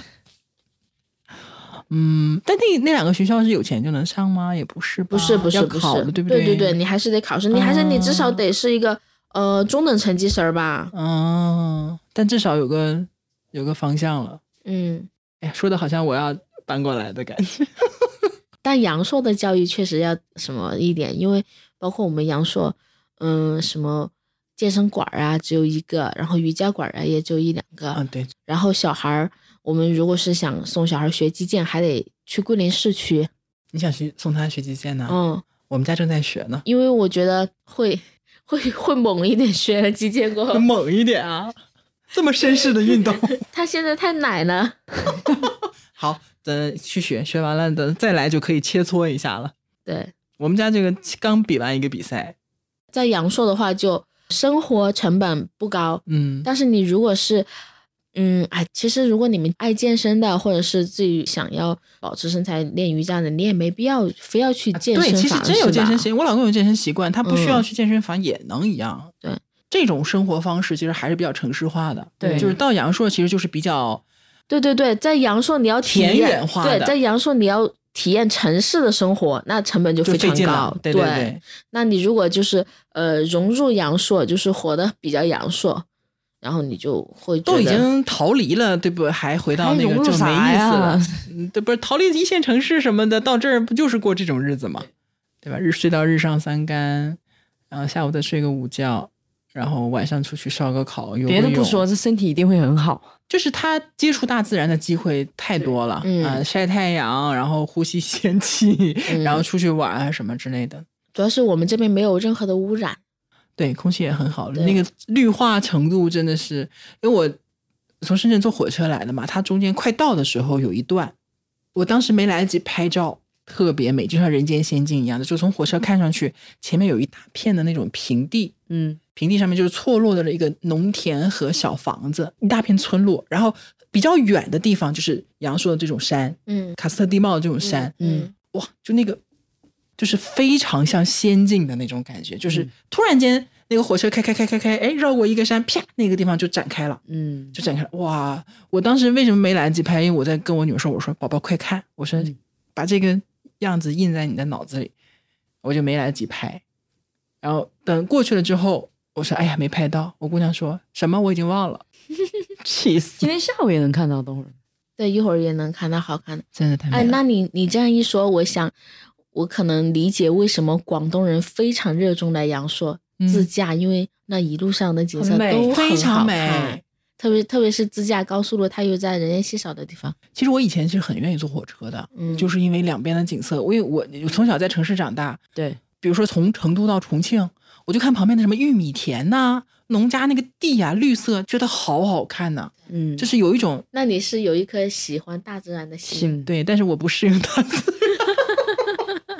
Speaker 1: 嗯，但那那两个学校是有钱就能上吗？也不是吧，
Speaker 2: 不是不是不是，
Speaker 1: 考的对不对？
Speaker 2: 对对对，你还是得考试，你还是你至少得是一个、嗯、呃中等成绩生吧。
Speaker 1: 嗯，但至少有个有个方向了。
Speaker 2: 嗯，
Speaker 1: 哎呀，说的好像我要搬过来的感觉。
Speaker 2: 但阳朔的教育确实要什么一点，因为包括我们阳朔，嗯，什么。健身馆啊只有一个，然后瑜伽馆啊也只有一两个。
Speaker 1: 嗯，对。
Speaker 2: 然后小孩我们如果是想送小孩学击剑，还得去桂林市区。
Speaker 1: 你想去送他学击剑呢？
Speaker 2: 嗯，
Speaker 1: 我们家正在学呢。
Speaker 2: 因为我觉得会会会猛一点，学了击剑过后
Speaker 1: 猛一点啊，这么绅士的运动。
Speaker 2: 他现在太奶了。
Speaker 1: 好，等去学，学完了等再来就可以切磋一下了。
Speaker 2: 对，
Speaker 1: 我们家这个刚比完一个比赛，
Speaker 2: 在阳朔的话就生活成本不高，
Speaker 1: 嗯，
Speaker 2: 但是你如果是，嗯，哎，其实如果你们爱健身的，或者是自己想要保持身材、练瑜伽的，你也没必要非要去健身房。
Speaker 1: 对，其实真有健身习惯，我老公有健身习惯，他不需要去健身房也能一样。
Speaker 2: 嗯、对，
Speaker 1: 这种生活方式其实还是比较城市化的。
Speaker 3: 对，
Speaker 1: 就是到阳朔其实就是比较，
Speaker 2: 对对对，在阳朔你要体验
Speaker 1: 田园化的，
Speaker 2: 对，在阳朔你要体验城市的生活，那成本就非常高。
Speaker 1: 对对对，对，
Speaker 2: 那你如果就是呃融入阳朔，就是活得比较阳朔，然后你就会觉得
Speaker 1: 都已经逃离了，对不？还回到那个就没意思了。对，不是逃离一线城市什么的，到这儿不就是过这种日子吗？对吧？日睡到日上三竿，然后下午再睡个午觉，然后晚上出去烧个烤，游个泳。
Speaker 3: 别的不说，这身体一定会很好。
Speaker 1: 就是他接触大自然的机会太多了，
Speaker 2: 嗯、
Speaker 1: 呃，晒太阳，然后呼吸仙气、
Speaker 2: 嗯，
Speaker 1: 然后出去玩啊什么之类的。
Speaker 2: 主要是我们这边没有任何的污染，
Speaker 1: 对，空气也很好，那个绿化程度真的是，因为我从深圳坐火车来的嘛，它中间快到的时候有一段，我当时没来得及拍照，特别美，就像人间仙境一样的，就从火车看上去，前面有一大片的那种平地，
Speaker 3: 嗯。
Speaker 1: 平地上面就是错落的一个农田和小房子，一大片村落，然后比较远的地方就是阳朔的这种山，
Speaker 2: 嗯，
Speaker 1: 喀斯特地貌的这种山，
Speaker 2: 嗯，
Speaker 1: 哇，就那个就是非常像仙境的那种感觉，就是突然间那个火车开开开开开，哎，绕过一个山，啪，那个地方就展开了，
Speaker 3: 嗯，
Speaker 1: 就展开了，哇！我当时为什么没来得及拍？因为我在跟我女儿说，我说宝宝快看，我说、嗯、把这个样子印在你的脑子里，我就没来得及拍。然后等过去了之后。我说哎呀没拍到，我姑娘说什么我已经忘了，气死！
Speaker 3: 今天下午也能看到，等会儿。
Speaker 2: 对，一会儿也能看到好看的，
Speaker 1: 真的太美了。
Speaker 2: 哎，那你你这样一说，我想我可能理解为什么广东人非常热衷来阳朔、嗯、自驾，因为那一路上的景色都很
Speaker 1: 非常
Speaker 2: 美，特别特别是自驾高速路，它又在人烟稀少的地方。
Speaker 1: 其实我以前是很愿意坐火车的，嗯，就是因为两边的景色，因为我我从小在城市长大，
Speaker 3: 对，
Speaker 1: 比如说从成都到重庆。我就看旁边的什么玉米田呐、啊，农家那个地呀、啊，绿色，觉得好好看呐、啊。
Speaker 2: 嗯，
Speaker 1: 就是有一种，
Speaker 2: 那你是有一颗喜欢大自然的心，
Speaker 1: 对，但是我不适应大自然。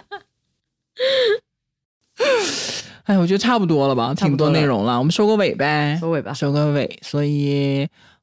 Speaker 1: 哎，我觉得差不多了吧，挺多内容了，我们收个尾呗，
Speaker 3: 收尾吧，
Speaker 1: 收个尾。所以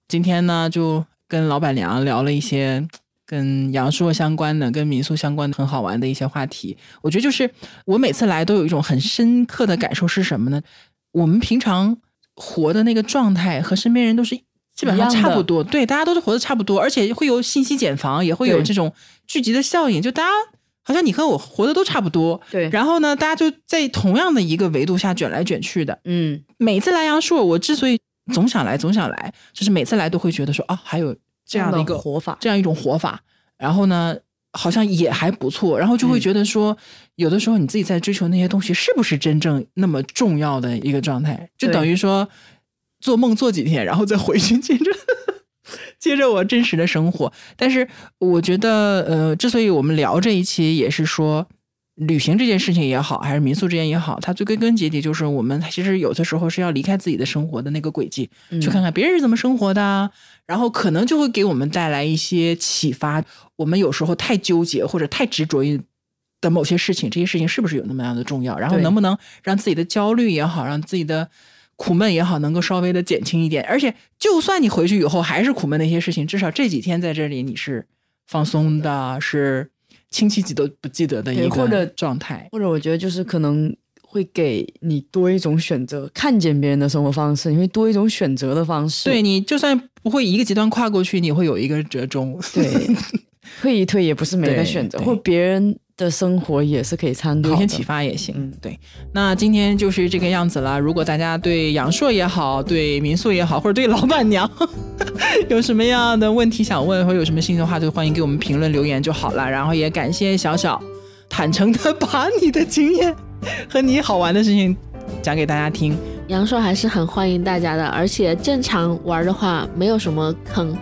Speaker 1: 今天呢就跟老板娘聊了一些跟阳朔相关的跟民宿相关的很好玩的一些话题。我觉得就是我每次来都有一种很深刻的感受是什么呢？我们平常活的那个状态和身边人都是基本上差不多，对，大家都是活得差不多，而且会有信息茧房，也会有这种聚集的效应，就大家好像你和我活的都差不多，
Speaker 3: 对，
Speaker 1: 然后呢大家就在同样的一个维度下卷来卷去的。
Speaker 3: 嗯，
Speaker 1: 每次来阳朔我之所以总想来总想来，就是每次来都会觉得说啊，还有这样的一个
Speaker 3: 活法，
Speaker 1: 这样一种活法，然后呢好像也还不错，然后就会觉得说、嗯、有的时候你自己在追求那些东西是不是真正那么重要的一个状态，就等于说做梦做几天然后再回去接着接着我真实的生活。但是我觉得呃，之所以我们聊这一期也是说旅行这件事情也好，还是民宿这件也好，它最根根结底就是我们其实有的时候是要离开自己的生活的那个轨迹、嗯、去看看别人是怎么生活的，然后可能就会给我们带来一些启发。我们有时候太纠结或者太执着于的某些事情，这些事情是不是有那么样的重要，然后能不能让自己的焦虑也好，让自己的苦闷也好能够稍微的减轻一点。而且就算你回去以后还是苦闷的一些事情，至少这几天在这里你是放松的，是亲戚几都不记得的一个状态。
Speaker 3: 或者我觉得就是可能会给你多一种选择，看见别人的生活方式，你会多一种选择的方式。
Speaker 1: 对，你就算不会一个极端跨过去，你会有一个折中。
Speaker 3: 对，退一退也不是没得选择，或别人的生活也是可以参考的，
Speaker 1: 有些启发也行、嗯、对。那今天就是这个样子了。如果大家对阳朔也好，对民宿也好，或者对老板娘有什么样的问题想问，或者有什么兴趣的话，就欢迎给我们评论留言就好了。然后也感谢小小坦诚的把你的经验和你好玩的事情讲给大家听。
Speaker 4: 阳朔还是很欢迎大家的，而且正常玩的话没有什么坑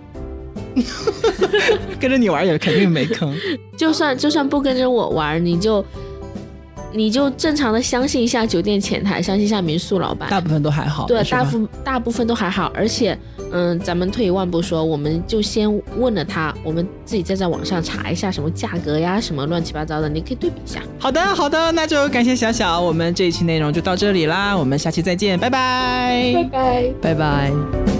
Speaker 1: 跟着你玩也肯定没坑
Speaker 4: 就算就算不跟着我玩，你就你就正常的相信一下酒店前台，相信一下民宿老板，
Speaker 1: 大部分都还好。
Speaker 4: 对，大部大部分都还好。而且嗯，咱们退一万步说，我们就先问了他，我们自己再在网上查一下什么价格呀，什么乱七八糟的，你可以对比一下。
Speaker 1: 好的好的，那就感谢小小，我们这一期内容就到这里啦，我们下期再见，拜拜
Speaker 4: 拜拜
Speaker 3: 拜拜。